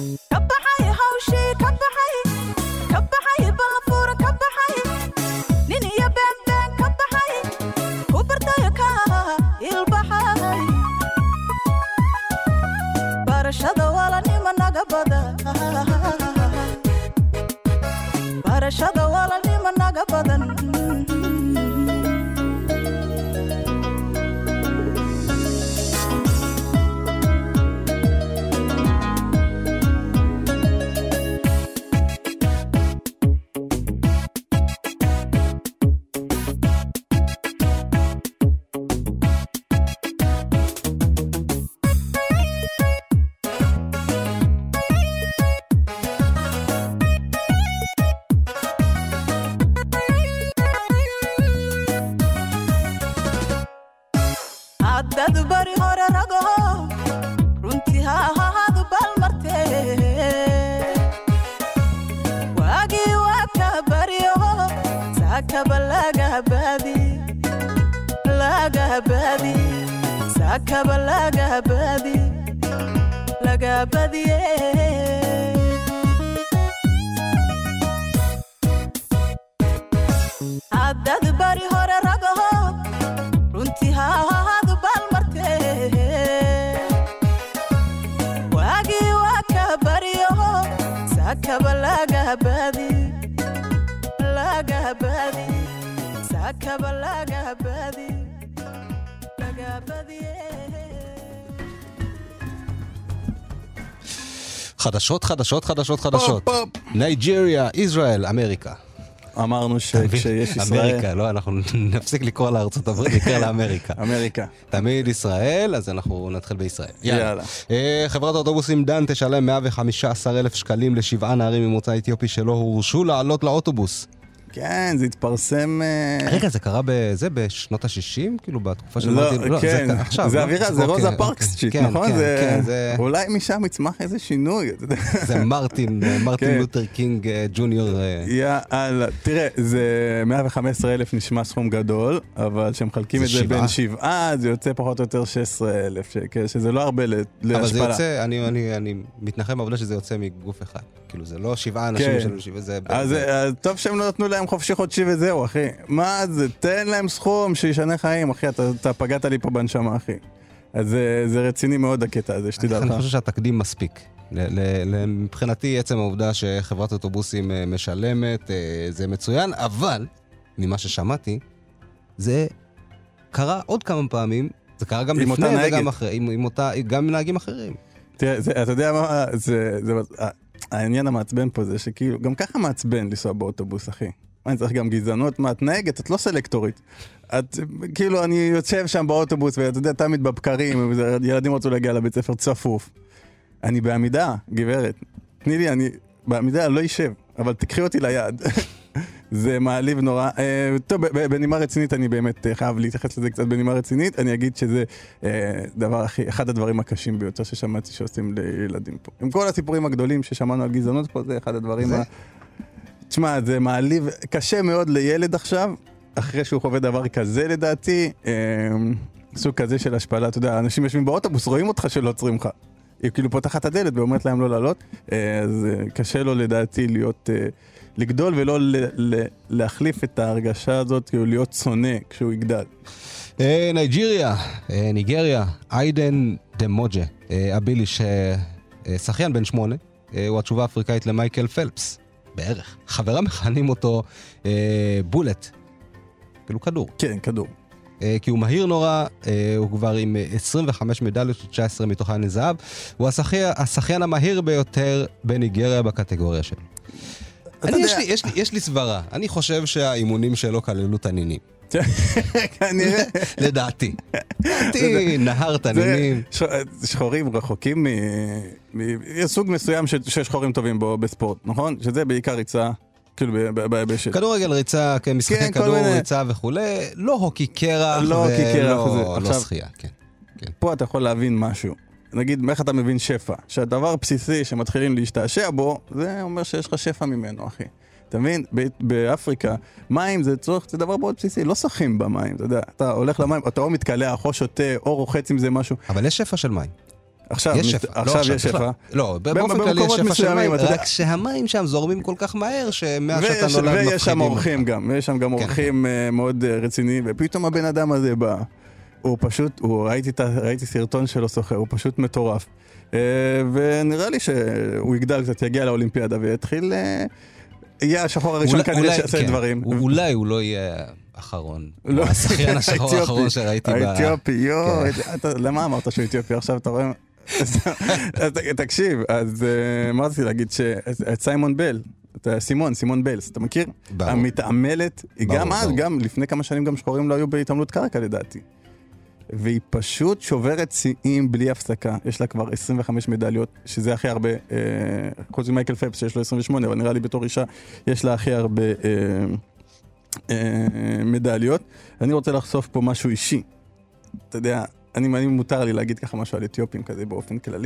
كبحي هوشي كبحي كبحي بالفور كبحي نيني يا بن بن كبحي وبرتايكا البحي برشاد ولا نيما نغبدا برشاد ولا نيما نغبدا عدد بري هورا رغو رنتي هادو بالمرتي واقي واكا بريو ساكا بلاغا بادي لاغا بادي ساكا بلاغا بادي لاغا بادي عدد بري هورا رغو رنتي هادو بالمرتي واقي واكا بريو ساكا بلاغا بادي لاغا بادي ساكا بلاغا بادي لاغا بادي חדשות. נייג'ריה, ישראל, אמריקה. אמרנו שכשיש ישראל... אמריקה, לא, אנחנו נפסיק לקרוא לארצות הברית, נקרא לאמריקה. אמריקה. תמיד ישראל, אז אנחנו נתחיל בישראל. יאללה. חברת האוטובוסים דן תשלם 115,000 שקלים ל7 נערים ממוצא אתיופי שלא הורשו לעלות לאוטובוס. כן, זה התפרסם... רגע, זה קרה בשנות ה-60? כאילו בתקופה של לא, מרטין? כן, זה עכשיו. זה אווירה, זה רוזה פארק סטריט, נכון? זה... אולי משם יצמח איזה שינוי. זה מרטין לותר קינג ג'וניור. יאללה, תראה, זה 115,000 נשמע סכום גדול, אבל כשמחלקים את זה בין 7, זה יוצא פחות או יותר 16,000 שקל, שזה לא הרבה להשפלה. אבל זה יוצא, אני מתנחם בעובדה שזה יוצא מגוף אחד. כאילו, זה לא 7 אנשים שלנו, זה... אז טוב שהם לא נתנו להם חופשי חודשי וזהו, אחי. מה זה? תן להם סכום שישנה חיים, אחי. אתה פגעת לי פה בנשמה, אחי. אז זה רציני מאוד הקטע הזה, שתדע לך. אני חושב שהתקדים מספיק. מבחינתי, עצם העובדה שחברת אוטובוסים משלמת, זה מצוין, אבל, ממה ששמעתי, זה קרה עוד כמה פעמים, זה קרה גם לפני וגם אחרי, גם נהגים אחרים. תראה, אתה יודע מה, העניין המעצבן פה זה שכאילו, גם ככה מעצבן לנסוע באוטובוס, אחי. אני צריך גם גזענות, מה, את נהגת, את לא סלקטורית. כאילו, אני יושב שם באוטובוס, ואתה יודע, תמיד בבקרים, ילדים רצו להגיע לבית ספר צפוף. אני בעמידה, גברת. תני לי, אני בעמידה לא יישב, אבל תקחי אותי ליד. זה מעליב נורא. טוב, בנימה רצינית, אני באמת חייב להתייחס לזה קצת בנימה רצינית. אני אגיד שזה אחד הדברים הקשים ביותר ששמעתי שעושים לילדים פה. עם כל הסיפורים הגדולים ששמענו על גזענות פה, זה אחד הדברים... תשמע, זה מעליב, קשה מאוד לילד עכשיו, אחרי שהוא חווה דבר כזה לדעתי, סוג כזה של השפלה, אתה יודע, אנשים יושבים באוטובוס, רואים אותך שלא עוצרים לך. היא כאילו פותחת הדלת ואומרת להם לא לעלות, אז קשה לו לדעתי לגדול ולא להחליף את ההרגשה הזאת, כאילו להיות שונא כשהוא יגדל. ניגריה, איידן דמוג'ה, אביליש, שחיין בן 8, הוא התשובה האפריקאית למייקל פלפס. בערך. חברה מכנים אותו בולט. כאילו כדור. כן, כדור. כי הוא מהיר נורא, הוא כבר עם 25 מדליות, 19 מתוכן זהב. הוא השחיין המהיר ביותר בניגריה בקטגוריה שלו. יש לי סברה. אני חושב שהאימונים שלו כללו תנינים. כנראה. לדעתי. נהר תנינים. שחורים רחוקים יש סוג מסוים ששחורים טובים בו בספורט, נכון? שזה בעיקר ריצה, כאילו ביבשת. כדורגל ריצה, משחקי כדור ריצה וכולי, לא הוקי קרח ולא שחייה. פה אתה יכול להבין משהו. נגיד, איך אתה מבין שפע? שהדבר בסיסי שמתחילים להשתעשע בו, זה אומר שיש לך שפע ממנו, אחי. אתה מבין? באפריקה, מים זה צורך, זה דבר מאוד בסיסי, לא שחים במים, אתה יודע, אתה הולך למים, אתה או מתקלח, או שותה, או רוחץ עם זה משהו. אבל יש שפע של מים. עכשיו יש שפע. עכשיו יש שפע. לא, באופן כללי יש שפע של מים, אתה יודע. רק שהמים שם זורמים כל כך מהר, שמאז שאתה נולד מפחידים. ויש שם אורחים גם, ויש שם גם אורחים מאוד רציניים, ופתאום הבן אדם הזה בא. הוא פשוט, ראיתי סרטון שלו שוחה, הוא פשוט מטורף. ונראה לי שהוא יגדל קצת, יגיע לאולימפיאדה ויתחיל, יהיה השחור הראשון כנראה שעשה דברים. אולי הוא לא יהיה אחרון. השחיין השחור האחרון שראיתי. האתיופי, למה אמרת שהוא אתיופי? עכשיו אתה רואה... תקשיב, אז אמרתי להגיד שאת סיימון בל, סימון בלס, אתה מכיר? המתעמלת, גם לפני כמה שנים גם שחורים לא היו בהתעמלות קרקע לדעתי. והיא פשוט שוברת שיאים בלי הפסקה. יש לה כבר 25 מדליות, שזה הכי הרבה, חוץ ממייקל פלפס שיש לו 28, אבל נראה לי בתור אישה יש לה הכי הרבה מדליות. אני רוצה לחשוף פה משהו אישי. אתה יודע, אני מותר לי להגיד ככה משהו על אתיופים כזה באופן כללי.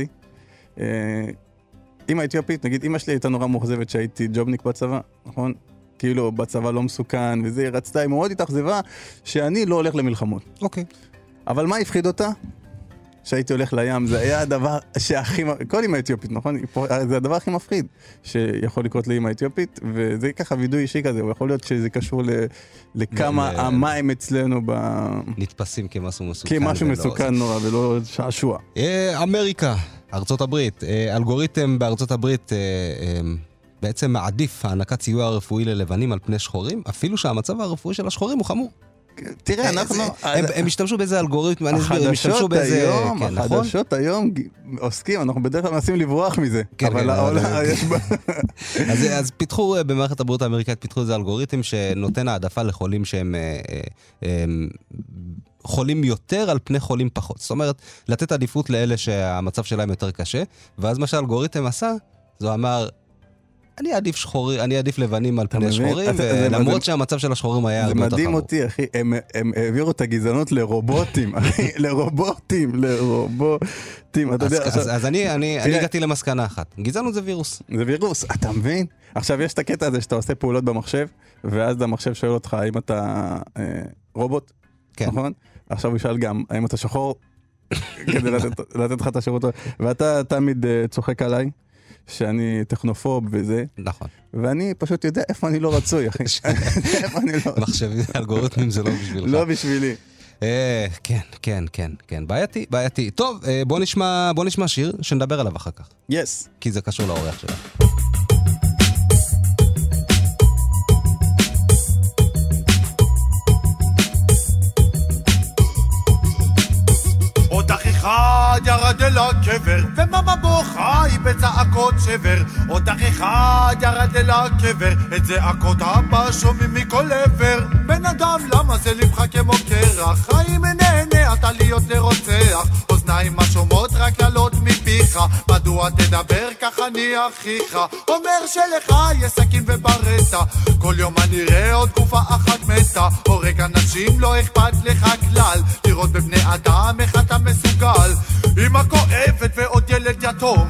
אמא אתיופית, נגיד, אמא שלי הייתה נורא מוחזבת שהייתי ג'ובניק בצבא, נכון? כאילו בצבא לא מסוכן וזה, היא רצתה, היא מאוד התאכזבה שאני לא הולך למלחמות. אוקיי. אבל מה הפחיד אותה? שהייתי הולך לים, זה היה הדבר שהכי... כל אמא אתיופית, נכון? זה הדבר הכי מפחיד שיכול לקרות לאמא אתיופית, וזה ככה וידוי אישי כזה, הוא יכול להיות שזה קשור לכמה המים אצלנו נתפסים כמשהו מסוכן. כמשהו מסוכן נורא, ולא שעשוע. אמריקה, ארצות הברית, אלגוריתם בארצות הברית בעצם מעדיף הענקת סיוע רפואי ללבנים על פני שחורים, אפילו שהמצב הרפואי של השחורים הוא חמור. תראה, אנחנו... הם השתמשו באיזה אלגוריתם, אני אסביר, הם השתמשו באיזה... החדשות היום עוסקים, אנחנו בדרך כלל מנסים לברוח מזה, אבל העולם יש בה... אז פיתחו, במערכת הבריאות האמריקאית, פיתחו איזה אלגוריתם שנותן העדפה לחולים שהם חולים יותר על פני חולים פחות. זאת אומרת, לתת עדיפות לאלה שהמצב שלהם יותר קשה, ואז מה שהאלגוריתם עשה, זה אמר... אני עדיף לבנים על פני שחורים, ולמרות שהמצב של השחורים היה הרבה יותר חמור. זה מדהים אותי, אחי, הם העבירו את הגזענות לרובוטים, אחי, לרובוטים. אז אני הגעתי למסקנה אחת, גזענות זה וירוס. זה וירוס, אתה מבין? עכשיו יש את הקטע הזה שאתה עושה פעולות במחשב, ואז המחשב שואל אותך, האם אתה רובוט? נכון? עכשיו הוא שאל גם, האם אתה שחור? כדי לתת לך את השירות, ואתה תמיד צוחק עליי. שאני טכנופוב וזה. נכון. ואני פשוט יודע איפה אני לא רצוי, אחי. איפה אני לא... מחשבים, אלגוריתמים זה לא בשבילך. לא בשבילי. כן. בעייתי. טוב, בוא נשמע שיר שנדבר עליו אחר כך. Yes. כי זה קשור לאורח שלנו. אחד ירד אל הקבר, וממה בוכה היא בצעקות שבר. עוד אחד ירד אל הקבר, את זעקות אבא שומעים מכל עבר. בן אדם, למה זה לבך כמו קרח? חיים נהנה, אתה להיות לרוצח. אוזניים מה שומעות רק לעלות מפיך. מדוע תדבר ככה אני אחיך? אומר שלך יש סכין וברטה. כל יום אני רואה עוד גופה אחת מתה. הורג אנשים לא אכפת לך כלל. לראות בבני אדם איך אתה מסוגל. אמא כואבת ועוד ילד יתום.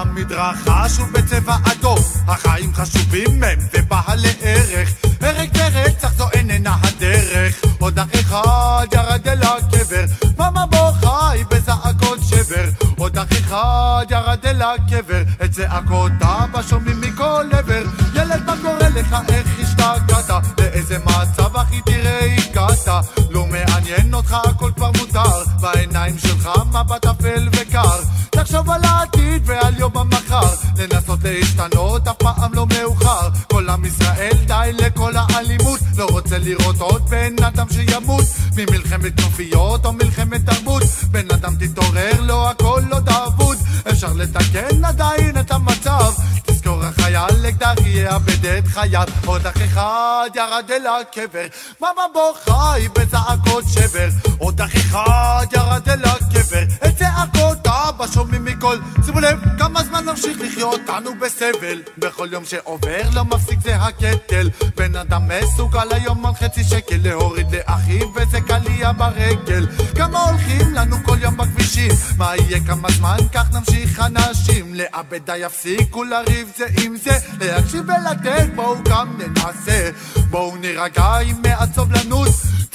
המדרכה שוב בצבע אדום. החיים חשובים מהם ובעלי ערך. הרג ורצח זו איננה הדרך. עוד אחד ירד אל הקבר, ממה בוכה היא בזעקות שבר. עוד אחד ירד אל הקבר, את זעקות אבא שומעים מכל עבר. ילד מה קורה לך, איך השתגעת? לאיזה מצב הכי תראה הגעת? לא מעניין אותך, הכל כבר מותר. בעיניים שלך מבט אפל וקר. תחשוב על העתיד ועל יום המחר. לנסות להשתנות אף פעם לא מאוחר. כל עם ישראל די לכל האלימות. לא רוצה לראות עוד בן אדם שימות ממלחמת כנופיות או מלחמת תרבות. בן אדם תתעורר, לא הכל לא דאבוד. אפשר לתקן עדיין את המצב. תזכור החייל אקדח יאבד את חייו. עוד אחד ירד אל הקבר, ממה בוכה היא בזעקות שבר. עוד אחד ירד אל הקבר, את זעקות אבא שומעים מכל. שימו לב כמה זמן נמשיך לחיות אנו בסבל. בכל יום שעובר לא מפסיק זה הקטל. בן אדם מסוגל היום על חצי שקל להוריד לאחיו וזה קליה ברגל. כמה הולכים לנו כל יום בכבישים, מה יהיה כמה זמן כך נמשיך אנשים. לאבד די יפסיקו לריב זה עם זה, להקשיב ולתת בואו גם ננסה. בואו נרגע עם מעט סובלנות,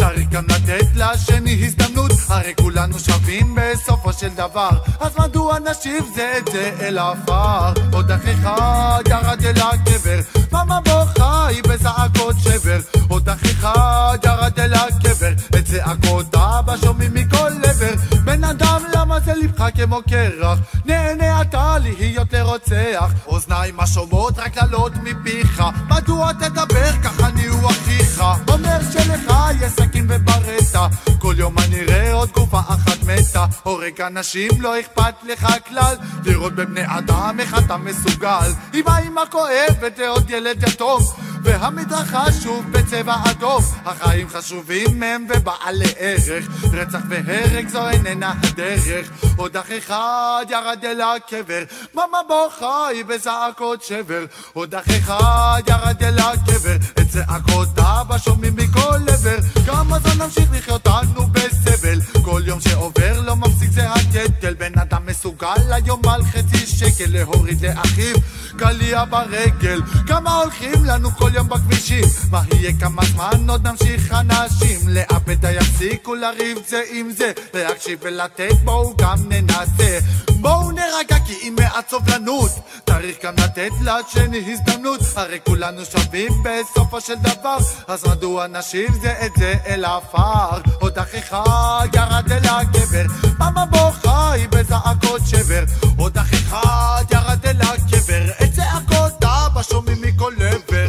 צריך גם לתת לשני הזדמנות, הרי כולנו שווים בסופו של דבר, אז מדוע נשיב זה את זה אל העפר? עוד אח אחד ירד אל הקבר, ממה בוכה היא בזעקות שבר, עוד אח אחד ירד אל הקבר, את זעקות אבא שומעים מכל עבר. בן אדם למה זה לבך כמו קרח, נהנה אתה להיות לרוצח, אוזניים השומעות רק לעלות מפיך, מדוע תדבר ככה אני הוא אחיך, אומר שלך יש סכין וברטה, כל יום אני רואה עוד גופה אחת מתה, הורג אנשים לא אכפת לך כלל, לראות בבני אדם איך אתה מסוגל, אמא כואבת לעוד ילד יתום, והמדרכה שוב בצבע אדום, החיים חשובים מהם ובעלי ערך, רצח והרג זו איננה הדרך, עוד אח אחד ירד אל הקבר, ממה בוכה היא בזעקות שבר, עוד אח אחד ירד אל הקבר, את זעקות אבא שומעים מכל עבר, כמה זמן נמשיך לחיות אנו בסבל, כל יום שעובר לא מפסיק זה הקטל, בן אדם מסוגל היום על חצי שקל להוריד לאחיו קליע ברגל, כמה הולכים לנו כל יום בכבישים, מה יהיה כמה זמן עוד נמשיך אנשים לאבד היפסיקו לריב זה עם זה, להקשיב ולתת בואו גם ננסה, בואו נרגע כי אם מעט סובלנות, צריך גם לתת לשני הזדמנות, הרי כולנו שווים בסופו של דבר, אז מדוע נשיב זה את זה אל העפר? עוד אח אחד ירד אל הקבר, ממה בוכה היא בזעקות שבר, עוד אח אחד ירד אל הקבר, את זעקות אבא שומעים מכל עבר.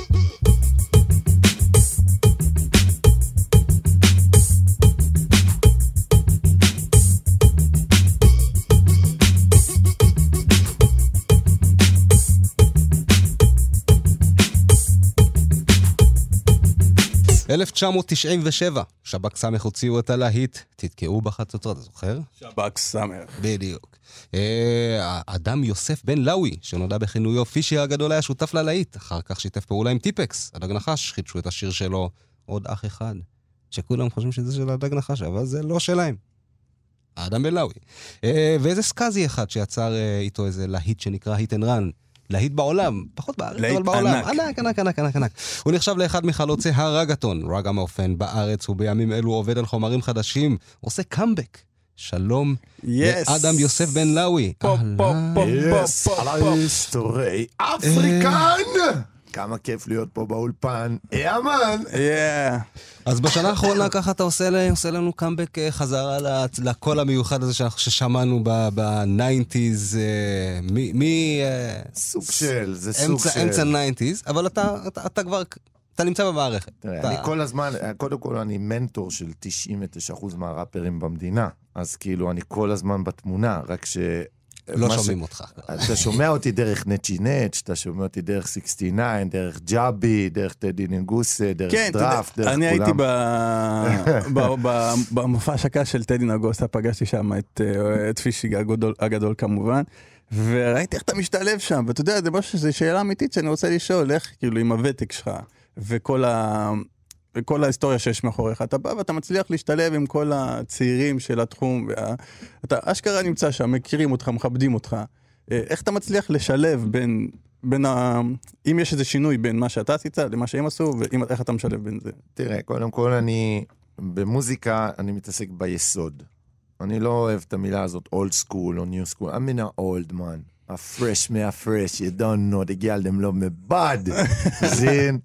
ב-1997, שב"כ סמך הוציאו את הלהיט, תתקעו בחצוצרות, אתה זוכר? שב"כ סמך. בדיוק. האדם יוסף בן לאוי, שנודע בכינויו פישי הגדול, היה שותף ללהיט, אחר כך שיתף פעולה עם טיפקס, הדג נחש, חידשו את השיר שלו, עוד אח אחד, שכולם חושבים שזה של הדג נחש, אבל זה לא שלהם. האדם בן לאוי. ואיזה סקאזי אחד שיצר איתו איזה להיט שנקרא היט אנד רן, להיט בעולם, פחות בארץ, אבל בעולם. ענק. הוא נחשב לאחד מחלוצי הרגטון. רגע מאופן בארץ, ובימים אלו עובד על חומרים חדשים, עושה קאמבק. שלום לאדם יוסף בן לאוי. היסטורי אפריקן! כמה כיף להיות פה באולפן. אמן! אז בשנה האחרונה ככה אתה עושה לנו קאמבק חזרה לקול המיוחד הזה ששמענו ב-90s, סוג של, זה סוג של. אמצע 90s, אבל אתה כבר, אתה נמצא במערכת. אני כל הזמן, קודם כל אני מנטור של 99% מהראפרים במדינה, אז כאילו אני כל הזמן בתמונה, רק ש... לא שומעים אותך. אתה שומע אותי דרך נצ'י נץ', אתה שומע אותי דרך 69, דרך ג'אבי, דרך טדי נגוסה, דרך דראפט, דרך כולם. אני הייתי במופע השקה של טדי נגוסה, פגשתי שם את פישי הגדול כמובן, וראיתי איך אתה משתלב שם, ואתה יודע, זו שאלה אמיתית שאני רוצה לשאול, איך כאילו עם הוותק שלך, וכל ההיסטוריה שיש מאחוריך, אתה בא ואתה מצליח להשתלב עם כל הצעירים של התחום, אתה אשכרה נמצא שם, מכירים אותך, מכבדים אותך, איך אתה מצליח לשלב בין אם יש איזה שינוי בין מה שאתה עשית למה שהם עשו, ואיך אתה משלב בין זה? תראה, קודם כל במוזיקה אני מתעסק ביסוד. אני לא אוהב את המילה הזאת, old school או new school. I'm in an old man. A fresh me a fresh. You don't know the girl them love me bad. זין.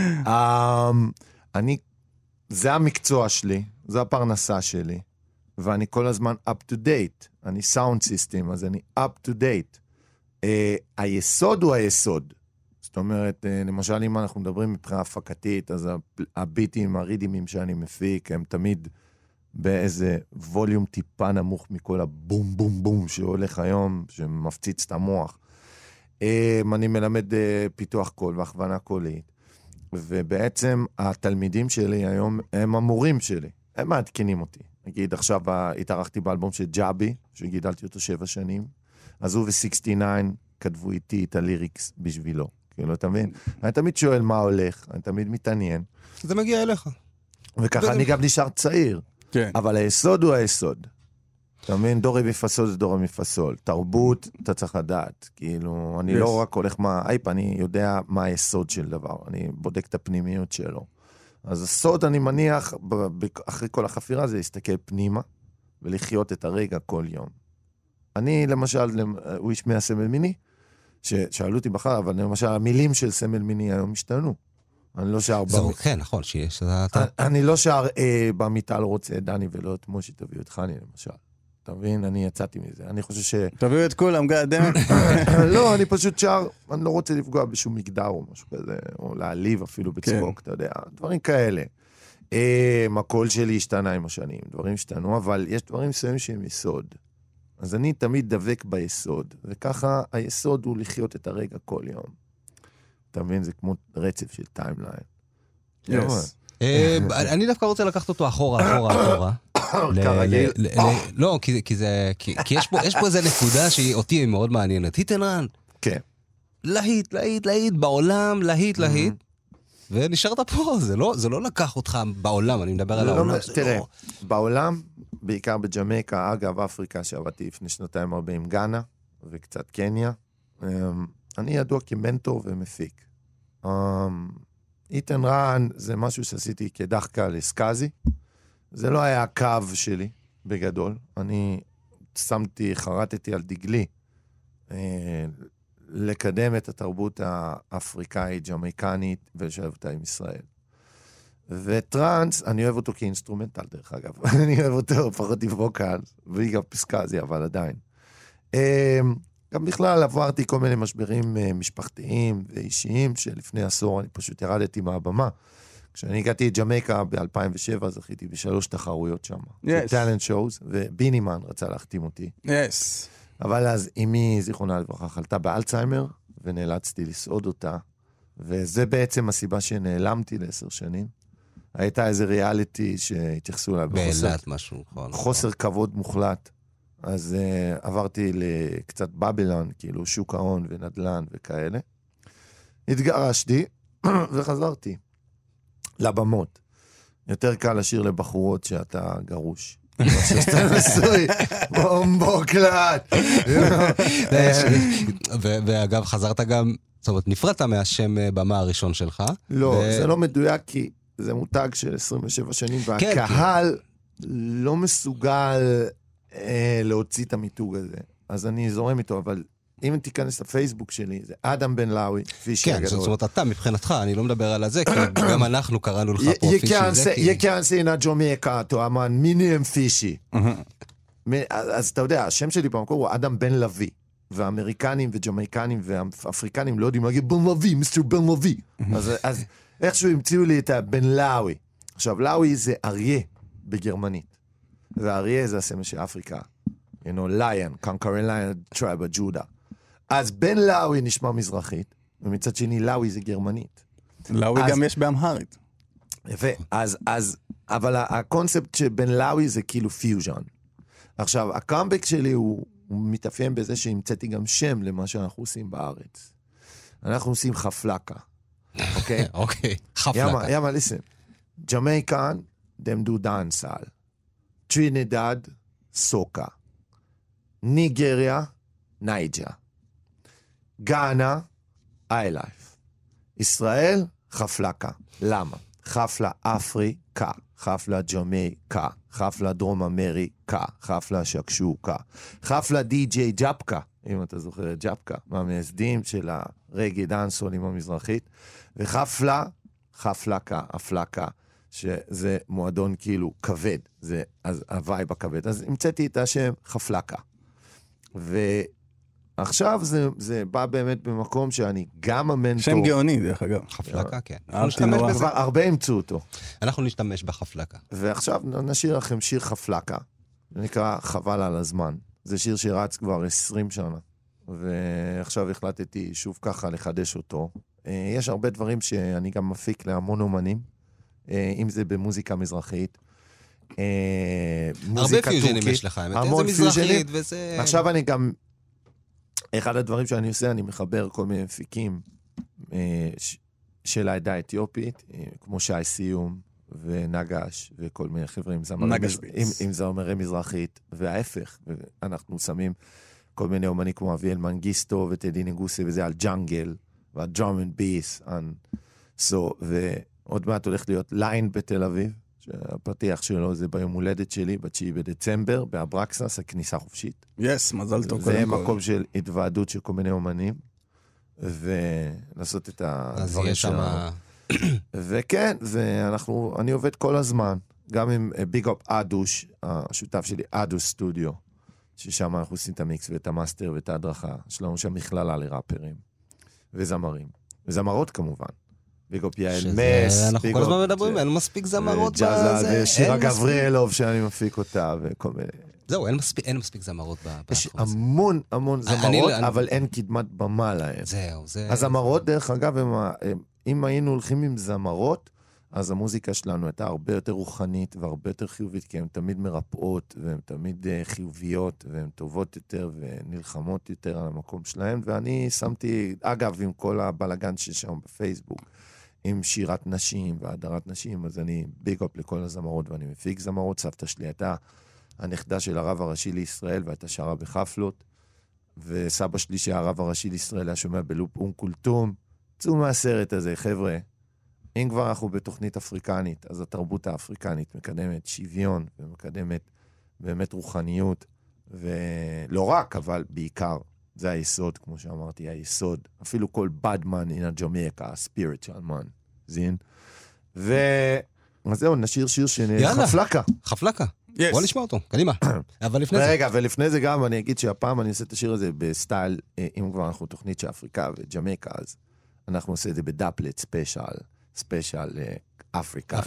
זה המקצוע שלי, זה הפרנסה שלי, ואני כל הזמן up to date. אני sound system, אז אני up to date. היסוד הוא היסוד. זאת אומרת, למשל אם אנחנו מדברים מבחינה הפקתית, אז הביטים, הרידימים שאני מפיק, הם תמיד באיזה ווליום טיפה נמוך מכל הבום בום בום שהולך היום, שמפציץ את המוח. אני מלמד פיתוח קול והכוונה קולית, ובעצם התלמידים שלי היום הם המורים שלי, הם מעדכנים אותי. נגיד עכשיו התארחתי באלבום של ג'אבי, שגידלתי אותו 7 שנים, אז הוא ו69 כתבו איתי את הליריקס בשבילו. כאילו, אתה מבין? אני תמיד שואל מה הולך, אני תמיד מתעניין. זה מגיע אליך. וככה אני גם נשאר צעיר. כן. אבל היסוד הוא היסוד. אתה מבין? דורי מפסול זה דורי מפסול. תרבות, אתה צריך לדעת. כאילו, אני לא רק הולך אייפ, אני יודע מה היסוד של דבר. אני בודק את הפנימיות שלו. אז הסוד, אני מניח, אחרי כל החפירה, זה להסתכל פנימה, ולחיות את הרגע כל יום. אני, למשל, הוא ישמע סמל מיני, ששאלו אותי בחר, אבל למשל, המילים של סמל מיני היום השתנו. אני לא שר... כן, נכון, שיש... אני לא שר במיטה לא רוצה את דני ולא את מושי, תביאו את חני, למשל. אתה מבין? אני יצאתי מזה. אני חושב ש... תביאו את כולם, גאדם. לא, אני פשוט שר, אני לא רוצה לפגוע בשום מגדר או משהו כזה, או להעליב אפילו בצחוק, אתה יודע, דברים כאלה. הקול שלי השתנה עם השנים, דברים השתנו, אבל יש דברים מסוימים שהם יסוד. אז אני תמיד דבק ביסוד, וככה היסוד הוא לחיות את הרגע כל יום. אתה מבין? זה כמו רצף של טיימליין. אני דווקא רוצה לקחת אותו אחורה. כרגיל. לא, כי יש פה איזה נקודה שאותי מאוד מעניינת. היט אנד רן. כן. להיט, בעולם, להיט. ונשארת פה, זה לא לקח אותך בעולם, אני מדבר על העולם. תראה, בעולם, בעיקר בג'מייקה, אגב, אפריקה, שעבדתי לפני שנתיים הרבה עם גאנה, וקצת קניה, אני ידוע כמנטור ומפיק. היט אנד רן זה משהו שעשיתי כדחקה לסקאזי, זה לא היה הקו שלי, בגדול. אני חרטתי על דגלי, לקדם את התרבות האפריקאית, ג'מייקנית, ולשלב אותה עם ישראל. וטרנס, אני אוהב אותו כאינסטרומנטל, דרך אגב. אני אוהב אותו פחות עם ווקל, וגם פסקזי, אבל עדיין. גם בכלל עברתי כל מיני משברים משפחתיים ואישיים, שלפני עשור אני פשוט ירדתי מהבמה. כשאני הגעתי לג'מייקה ב-2007, זכיתי ב3 תחרויות שם. טלנט שואוז, ובינימן רצה להחתים אותי. אבל אז אמי, זיכרונה לברכה, חלתה באלצהיימר, ונאלצתי לסעוד אותה, וזה בעצם הסיבה שנעלמתי ל10 שנים. הייתה איזה ריאליטי שהתייחסו לה באילת משהו. חוסר כבוד מוחלט. אז עברתי לקצת בבלון, כאילו שוק ההון ונדלן וכאלה. התגרשתי וחזרתי לבמות. יותר קל לשיר לבחורות שאתה גרוש. שאתה נשוי, בומבוקלט. ואגב, חזרת גם, זאת אומרת, נפרדת מהשם במה הראשון שלך. לא, זה לא מדויק, כי זה מותג של 27 שנים, והקהל לא מסוגל להוציא את המיתוג הזה. אז אני זורם איתו, אבל אם תיכנס לפייסבוק שלי, זה אדם בן לאוי, פישי הגדול. כן, זאת אומרת, אתה מבחינתך, אני לא מדבר על זה, כי גם אנחנו קראנו לך פה פישי. You can't say in Jamaica to a man, מיניהם פישי. אז אתה יודע, השם שלי במקור הוא אדם בן לוי, והאמריקנים וג'מייקנים והאפריקנים לא יודעים להגיד בן לוי, מיסטר בן לוי. אז איכשהו המציאו לי את הבן לאוי. עכשיו, לאוי זה אריה בגרמנית, ואריה זה הסמל של אפריקה. You know, lion, conquering lion, tribe of Judah. אז בן לאוי נשמע מזרחית, ומצד שני לאוי זה גרמנית. לאוי גם יש באמהרית. יפה, אבל הקונספט של בן לאוי זה כאילו פיוז'ן. עכשיו, הקאמבק שלי הוא מתאפיין בזה שהמצאתי גם שם למה שאנחנו עושים בארץ. אנחנו עושים חפלקה. אוקיי? אוקיי, חפלקה. יאמה, listen. Jamaican, them do dancehall. Trinidad, soca. ניגריה, נייג'ה. גאנה, איי-לייף. ישראל, חפלקה. למה? חפלה אפריקה, חפלה ג'מייקה, חפלה דרום אמריקה, חפלה שקשוקה, חפלה די-ג'יי ג'פקה, אם אתה זוכר את ג'פקה, מהמייסדים של הרגי דאנסולים המזרחית, וחפלה, חפלקה, אפלקה, שזה מועדון כאילו כבד, זה הווייב הכבד. אז המצאתי את השם חפלקה. ועכשיו זה בא באמת במקום שאני גם המנטור. שם גאוני דרך אגב. חפלקה, כן. הרבה המצאו אותו. אנחנו נשתמש בחפלקה. ועכשיו נשאיר לכם שיר חפלקה, זה נקרא חבל על הזמן. זה שיר שרץ כבר 20 שנה, ועכשיו החלטתי שוב ככה לחדש אותו. יש הרבה דברים שאני גם מפיק להמון אומנים, אם זה במוזיקה מזרחית, הרבה פיוז'נים יש לך, זה מזרחית וזה... עכשיו אני גם, אחד הדברים שאני עושה, אני מחבר כל מיני מפיקים של העדה האתיופית, כמו שי סיום ונגש וכל מיני חבר'ה עם זמרי מזרחית, וההפך, אנחנו שמים כל מיני אומנים כמו אביאל מנגיסטו וטדי נגוסי וזה על ג'אנגל, ועל דראם אנד ביס, עוד מעט הולך להיות ליין בתל אביב, שהפתיח שלו זה ביום הולדת שלי, ב9 בדצמבר, באברקסס, הכניסה חופשית. מזל טוב. זה מקום של התוועדות של כל מיני אומנים, ולעשות את הדברים שלנו. וכן, אני עובד כל הזמן, גם עם ביג אפ אדוש, השותף שלי, אדוש סטודיו, ששם אנחנו עושים את המיקס ואת המאסטר ואת ההדרכה. יש לנו שם מכללה לראפרים וזמרים. וזמרות כמובן. ביג אפ יעל מס. אנחנו כל הזמן מדברים, אין מספיק זמרות בזה. ושירה גבריאלוב שאני מפיק אותה וכל מיני. זהו, אין מספיק זמרות יש המון זמרות, אבל אין קדמת במה להם. זהו, זה... הזמרות, דרך אגב, אם היינו הולכים עם זמרות, אז המוזיקה שלנו הייתה הרבה יותר רוחנית והרבה יותר חיובית, כי הן תמיד מרפאות, והן תמיד חיוביות, והן טובות יותר ונלחמות יותר על המקום שלהן, ואני שמתי, אגב, עם כל הבלגן ששם בפייסבוק, עם שירת נשים והדרת נשים, אז אני ביג אפ לכל הזמרות, ואני מפיק זמרות. סבתא שלי הייתה הנכדה של הרב הראשי לישראל, והייתה שרה בחפלות, וסבא שלי שהרב הראשי לישראל היה שומע בלופ כולתום. צאו מהסרט הזה, חבר'ה. אם כבר אנחנו בתוכנית אפריקנית, אז התרבות האפריקנית מקדמת שוויון, ומקדמת באמת רוחניות, ולא רק, אבל בעיקר, זה היסוד, כמו שאמרתי, היסוד. אפילו כל bad man in a Jamaica, spiritual man. זין? אז זהו, נשאיר שיר חפלקה. חפלקה. בוא נשמע אותו, קדימה. אבל לפני זה... רגע, ולפני זה גם אני אגיד שהפעם אני אעשה את השיר הזה בסטייל, אם כבר אנחנו תוכנית של אפריקה וג'מייקה, אז אנחנו עושה את זה בדאפלט ספיישל אפריקה.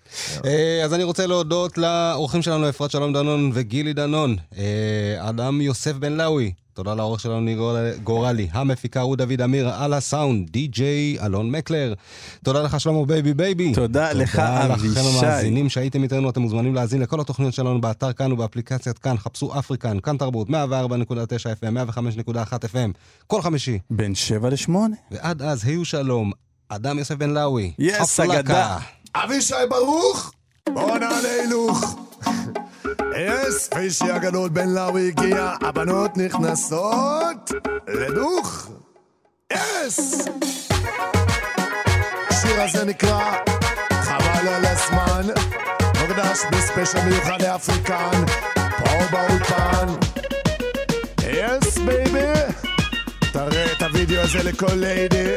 אז אני רוצה להודות לאורחים שלנו, אפרת שלום דנון וגילי דנון, אדם יוסף בן לאוי, תודה לאורך שלנו ניר גורלי, המפיקה הוא דוד אמיר, על הסאונד די.ג'יי אלון מקלר, תודה לך שלמה בייבי. תודה לך אבישי. לכם המאזינים שהייתם איתנו, אתם מוזמנים להאזין לכל התוכניות שלנו באתר כאן ובאפליקציית כאן, חפשו אפריקן, כאן תרבות 104.9 FM, 105.1 FM, כל חמישי בין 7 ל-8, ועד אז היו שלום, אדם יוסף בן לאוי, אגדה. אבישי ברוך, בוא נעלה הילוך. יס, פישי הגדול בן לאוי הגיע, הבנות נכנסות לדוך. יס! השיר הזה נקרא חבל על הזמן, מוקדש בספיישל מיוחד לאפריקן, פה באולפן. יס בייבי, תראה את הוידאו הזה לכל ליידי.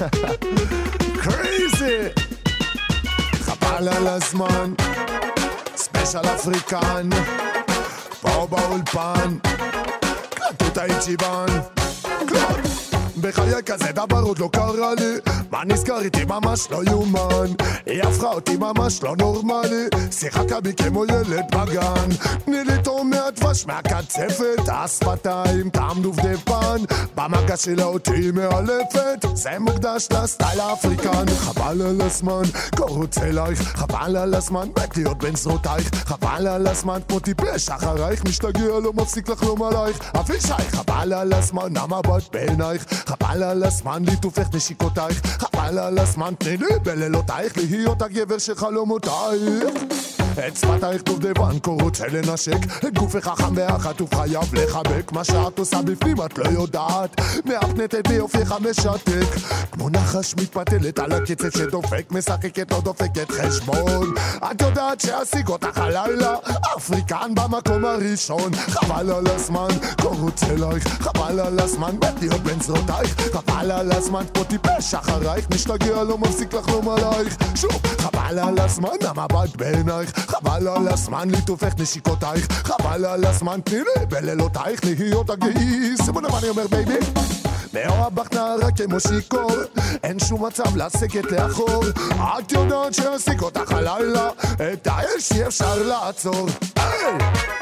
קרייזי, חבל על הזמן, ספיישל אפריקן, פה באולפן, קלטו את האיצ'יבן, קלט. בחיי כזה דבר עוד לא קרה לי, מה נזכר איתי ממש לא יומן, היא הפכה אותי ממש לא נורמלי, שיחקה בי כמו ילד בגן, תני לי תום מהדבש מהקצפת, השפתיים טעם דובדבן, במגע שלה אותי מאלפת, זה מוקדש לסטייל האפריקן, חבל על הזמן, כה רוצה אלייך, חבל על הזמן, מת להיות בין זרותייך, חבל על הזמן, כמו טיפש אחרייך, משתגע לא מפסיק לחלום עלייך, אבישי חבל על הזמן, המבט בעינייך, חבל על הזמן ליטופך נשיקותייך, חבל על הזמן תני לי בלילותייך להיות הגבר של חלומותייך, את שפתייך דובדבן כה רוצה לנשק, את גופך חכם והחטוף חייב לחבק, מה שאת עושה בפנים את לא יודעת, מהפנטת ביופייך משתק, כמו נחש מתפתלת על הקצב שדופק, משחקת לא דופקת חשבון, את יודעת שאשיג אותך הלילה, אפריקן במקום הראשון, חבל על הזמן כה רוצה אלייך, חבל על הזמן מת להיות בן זרותייך, חבל על הזמן פה טיפש אחרייך, משתגע לא מפסיק לחלום עלייך, שוב חבל על הזמן המבט בעינייך, חבל על הזמן ליטופך נשיקותייך, חבל על הזמן תני לי בלילותייך להיות הגאי, שימו למה אני אומר בייבי, מאוהב בך נערה כמו שיקור, אין שום מצב לסקת לאחור, את יודעת שאשיג אותך הלילה, את האש אי אפשר לעצור, היי!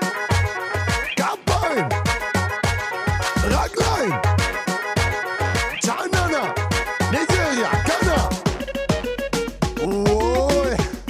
כפיים! רגליים! צ'אננה! ניגריה! קנה! אוי!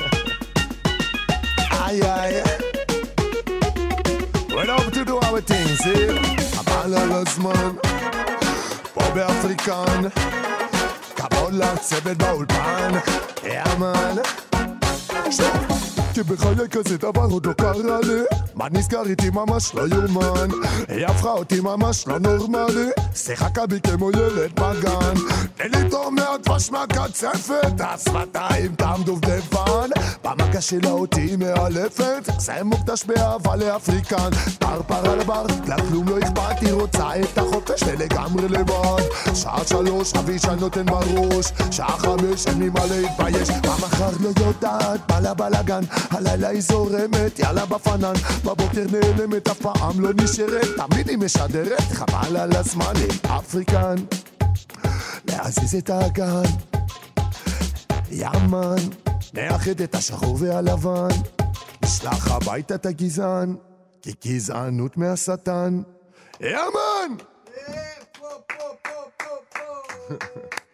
איי איי! We're up to do our things, חבל על הזמן פה באפריקן, כבוד לצוות באולפן, יאמן. שוב, כי בחיי כזה דבר עוד לא קרה לי, מה נזכר איתי ממש לא יומן, היא הפכה אותי ממש לא נורמלי, שיחקה בי כמו ילד בגן, תן לי תומר דבש מהקצפת, השפתיים טעם דובדבן, במגע שלה אותי מאלפת, זה מוקדש באהבה לאפריקן, פרפר על הבר, לכלום לא אכפת, היא רוצה את החופש ולגמרי לבד, שעה 3 אבישי נותן בראש, שעה 5 אין לי מה להתבייש, במחר לא יודעת, בא לה בלגן, הלילה היא זורמת, יאללה בפנן, בבוקר נעלמת, אף פעם לא נשארת, תמיד היא משדרת, חבל על הזמן, עם אפריקן, להזיז את האגן, יאמן, נאחד את השחור והלבן, נשלח הביתה את הגזען, כי גזענות מהשטן, יאמן!